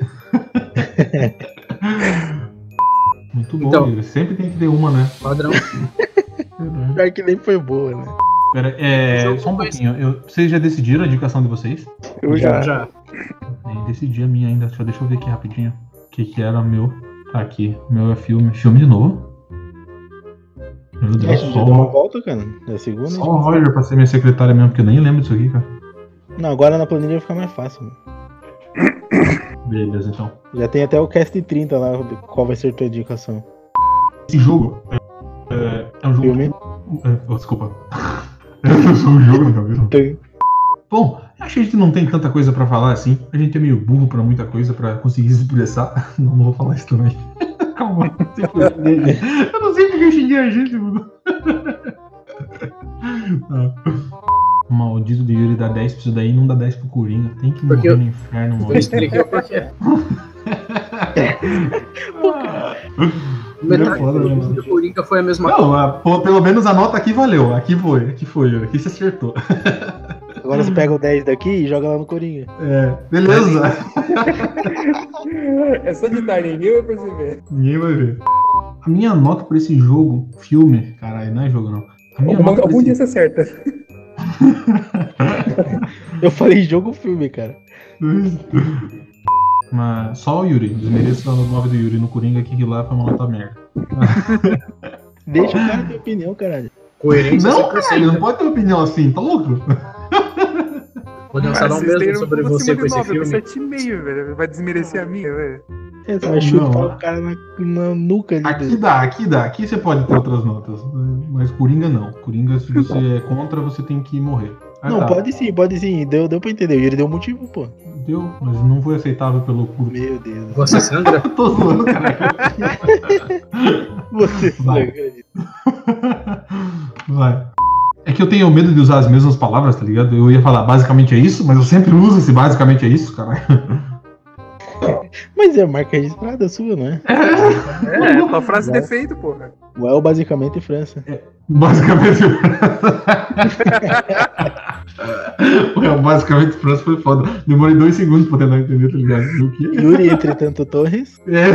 Muito bom, então, Yuri. Sempre tem que ter uma, né? Padrão. Pior que nem foi boa, né? Pera, é, só um pouquinho. Eu, vocês já decidiram a indicação de vocês? Eu já. Já. Nem decidi a minha ainda. Só deixa eu ver aqui rapidinho. O que, que era meu. Tá aqui. O meu é filme. Filme de novo? Meu Deus, É, só, já deu uma volta, cara. É segunda. só o Roger pra ser minha secretária mesmo, porque eu nem lembro disso aqui, cara. Não, agora na planilha vai ficar mais fácil. Né? Beleza, então. Já tem até o cast trinta lá, qual vai ser a tua indicação. Esse jogo é, é, é um jogo. Filme? É, oh, desculpa. Eu sou um jogo na cabeça. Tem. Bom, acho que a gente não tem tanta coisa pra falar assim. A gente é meio burro pra muita coisa pra conseguir se expressar. Não, não vou falar isso também. Calma, eu não sei porque eu xinguei a gente, mano. O maldito de Yuri dá dez pra isso daí, não dá dez pro Coringa. Tem que Porque morrer eu- no inferno, Eu maldito. expliquei o porquê. Não é Metade foda, do né, filme do Coringa foi a mesma Não, a- pô, pelo menos a nota aqui valeu. Aqui foi, aqui foi, Yuri. Aqui você acertou. Agora você pega o dez daqui e joga lá no Coringa. É, beleza. É só de tarde, ninguém vai perceber. Ninguém vai ver. A minha nota pra esse jogo, filme, caralho, não é jogo não. A minha Alguma- nota pra Algum dia esse... você acerta. Eu falei jogo filme, cara. Mas só o Yuri, desmereço a nove do Yuri no Coringa, que aquilo lá foi uma nota merda. Deixa o cara ter opinião, caralho. Coerência Não, cem por cento. cara, não pode ter opinião assim, tá louco? Podemos falar o Vocês mesmo têm sobre por você cima com de esse nove, eu filme. sete e meio, velho. Vai desmerecer a minha, velho. É, você vai chutar Não. o cara na, na nuca ali. Aqui dele. dá, aqui dá. Aqui você pode ter outras notas. Mas Coringa não. Coringa, se você é contra, você tem que morrer. Ah, Não, tá. pode sim, pode sim. Deu, deu pra entender. Ele deu motivo, pô. Deu, mas não foi aceitável pelo grupo. Meu Deus. Você sangra? Tô zoando, cara. Você Vai. sangra. Vai. É que eu tenho medo de usar as mesmas palavras, tá ligado? Eu ia falar basicamente é isso, mas eu sempre uso esse basicamente é isso, cara. Mas é marca registrada sua, não é? É, tua frase de Vai. defeito, porra. Well, basicamente França. Basicamente. Ué, basicamente França foi foda. Demorei dois segundos pra tentar entender, tá ligado? O quê? Yuri, entretanto, Torres. É.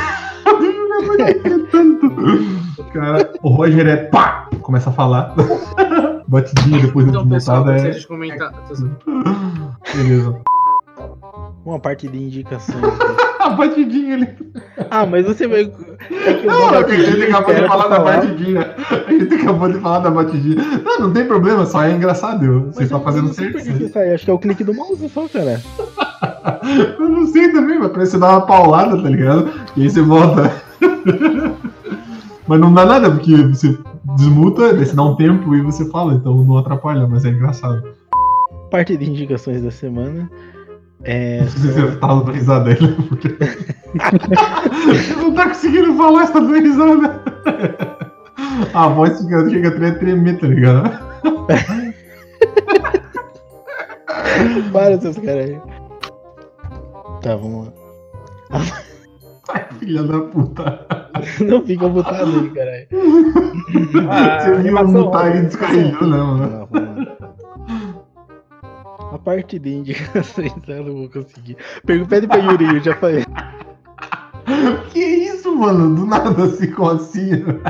Tanto. Cara, o Roger é pá! Começa a falar. Batidinha depois da Então, pessoal, desmontada gostaria é. de comentar. Beleza. Uma parte de indicações. A batidinha ali. Ah, mas você vai. É que eu Não, vou é que a gente acabou de espera falar pra da falar. batidinha. A gente acabou de falar da batidinha. Não, não tem problema, só é engraçado. eu- Você Mas tá eu fazendo não sei certo. por que que sai. Acho que é o clique do mouse só, cara. Eu não sei também, mas parece que você dá uma paulada, tá ligado? E aí você volta. Mas não dá nada, porque você desmuta, daí você dá um tempo e você fala, então não atrapalha, mas é engraçado. Parte de indicações da semana. É. Não sei se você tá dando risada aí, né? Porque... Você não tá conseguindo falar, você tá dando risada. A voz chega, chega até a tremer, tá ligado? Para, seus caras aí. Tá, vamos lá. Filha da puta. Não fica mutado aí, caralho. Ah, Você viu o animação, mutar e animação. descarrilhou, né, Vamos mano? lá, vamos lá. A parte de indicações eu não vou conseguir. Pergu- Pede pra Yuri, eu já falei. Que isso, mano? Do nada assim, como assim?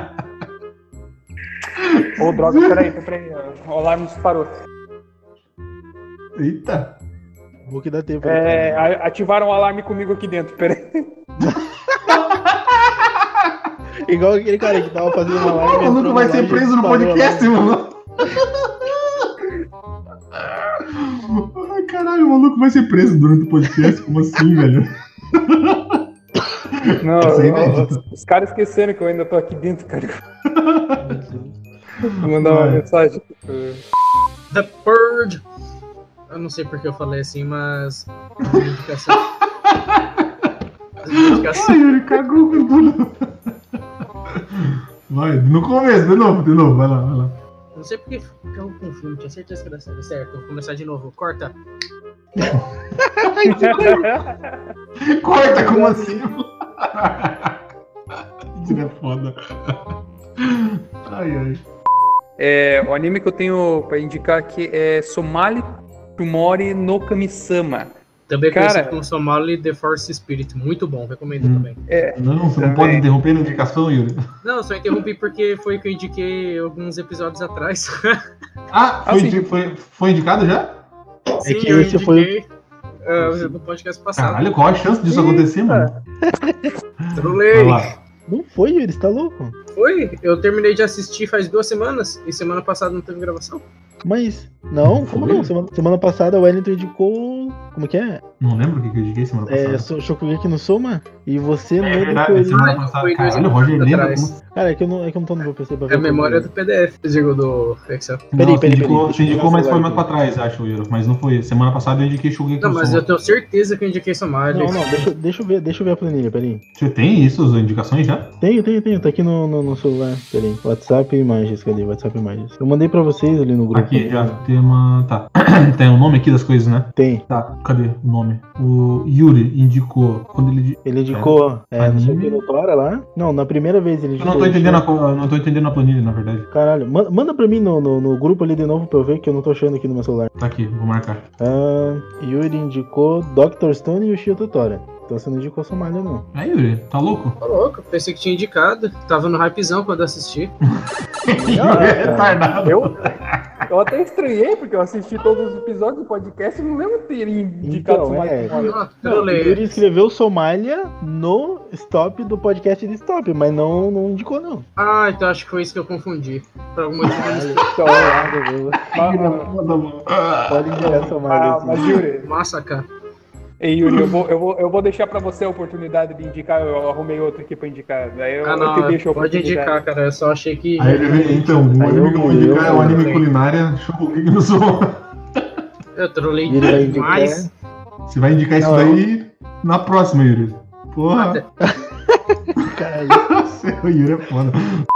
Ô, droga, peraí, peraí. O alarme disparou. Eita. Vou que dá tempo. É, a- ativaram o alarme comigo aqui dentro, peraí. Igual aquele cara que tava fazendo uma O live. maluco entrou vai na ser live e preso no disparou a podcast, live. mano. Ai, caralho, o maluco vai ser preso durante o podcast? Como assim, velho? Não, Isso aí, ó, velho. os, os caras esqueceram que eu ainda tô aqui dentro, cara. Vou mandar uma Vai. mensagem. The Purge. Eu não sei porque eu falei assim, mas. A minha indicação. A minha indicação. Ai, ele cagou com tudo. Vai, no começo, de novo, de novo, vai lá, vai lá. Não sei porque ficava com o filme, tinha certeza que ia dar certo. Vou começar de novo. Corta. Corta, como assim? Isso é foda. Ai, ai. É, o anime que eu tenho pra indicar aqui é Somali Tomori no Kami-sama. Também Cara- conhecido como Somali The Force Spirit. Muito bom, recomendo Hum. também. É, Não, você não Também. pode interromper na indicação, Yuri. Não, só interrompi porque foi o que eu indiquei alguns episódios atrás. Ah, foi, Ah, sim. indi- foi, foi indicado já? Sim, que eu esse foi- indiquei ah, no podcast passado. Caralho, qual a chance disso acontecer, mano? Vai Trolei. lá. Não foi, Yuri, você tá louco? Foi? Eu terminei de assistir faz duas semanas e semana passada não teve gravação. Mas. Não, como Foi? não? Semana, semana passada o Wellington indicou. Como que é? Não lembro o que que eu indiquei semana É, passada. so- Shokugeki no Soma? E você não É verdade, indicou semana ele. passada. Foi dois Caralho, o Roger episódios lembra atrás. como... Cara, é que eu não, é que eu não tô no meu P C pra ver. É a tudo. memória do P D F, digo, do Excel. Peraí, Não, peraí, você peraí, indicou, deixa você eu indicou, pegar mas o foi celular mais pra trás, acho, Yuri. Mas não foi. Semana passada eu indiquei Shugeki Não, no mas Soma. eu tenho certeza que eu indiquei Somali. Não, não, deixa, deixa eu ver, deixa eu ver a planilha, peraí. Você tem isso, as indicações já? Tenho, tenho, tenho, tá aqui no, no, no celular. Peraí. WhatsApp e imagens, cadê? WhatsApp e imagens. Eu mandei pra vocês ali no grupo. Aqui, já. Tema. Tá. Tem o nome aqui das coisas, né? Tem. Tá, cadê o nome? O Yuri indicou. Quando ele. Ele indicou, é, não sei o Anime. que, doutora lá. Não, na primeira vez ele Eu indicou. não tô entendendo a, co- eu não tô entendendo a planilha, na verdade. Caralho, manda, manda pra mim no, no, no grupo ali de novo pra eu ver que eu não tô achando aqui no meu celular. Tá aqui, vou marcar. Ah, Yuri indicou doutor Stone e o Shio Totora. Então você não indicou Somália, não. É, Yuri, tá louco? Tô louco, pensei que tinha indicado. Tava no hypezão quando assisti. Yuri é retardado. eu, Eu até estranhei, porque eu assisti todos os episódios do podcast e não lembro de ter indicado Então, Somália. é. como Não, Não, o trolei. Yuri escreveu Somália no stop do podcast de stop, mas não, não indicou, não. Ah, então acho que foi isso que eu confundi. Por algum motivo eu não Então, Ah, Pode indicar Somália. ah, assim. mas Yuri, Massa, cara. ei, Yuri, eu vou, eu, vou, eu vou deixar pra você a oportunidade de indicar, eu arrumei outro aqui pra indicar. Daí eu, Ah, eu não, te deixo a pode oportunidade. indicar, cara. Eu só achei que. Aí ele vem, então, o Aí eu anime que eu vou vou, indicar eu é o anime vou. culinária Shokugeki no Soma. Eu trolei Yuri vai indicar. demais. Você vai indicar isso Não, daí na próxima, Yuri. Porra, Caralho. o Yuri é foda.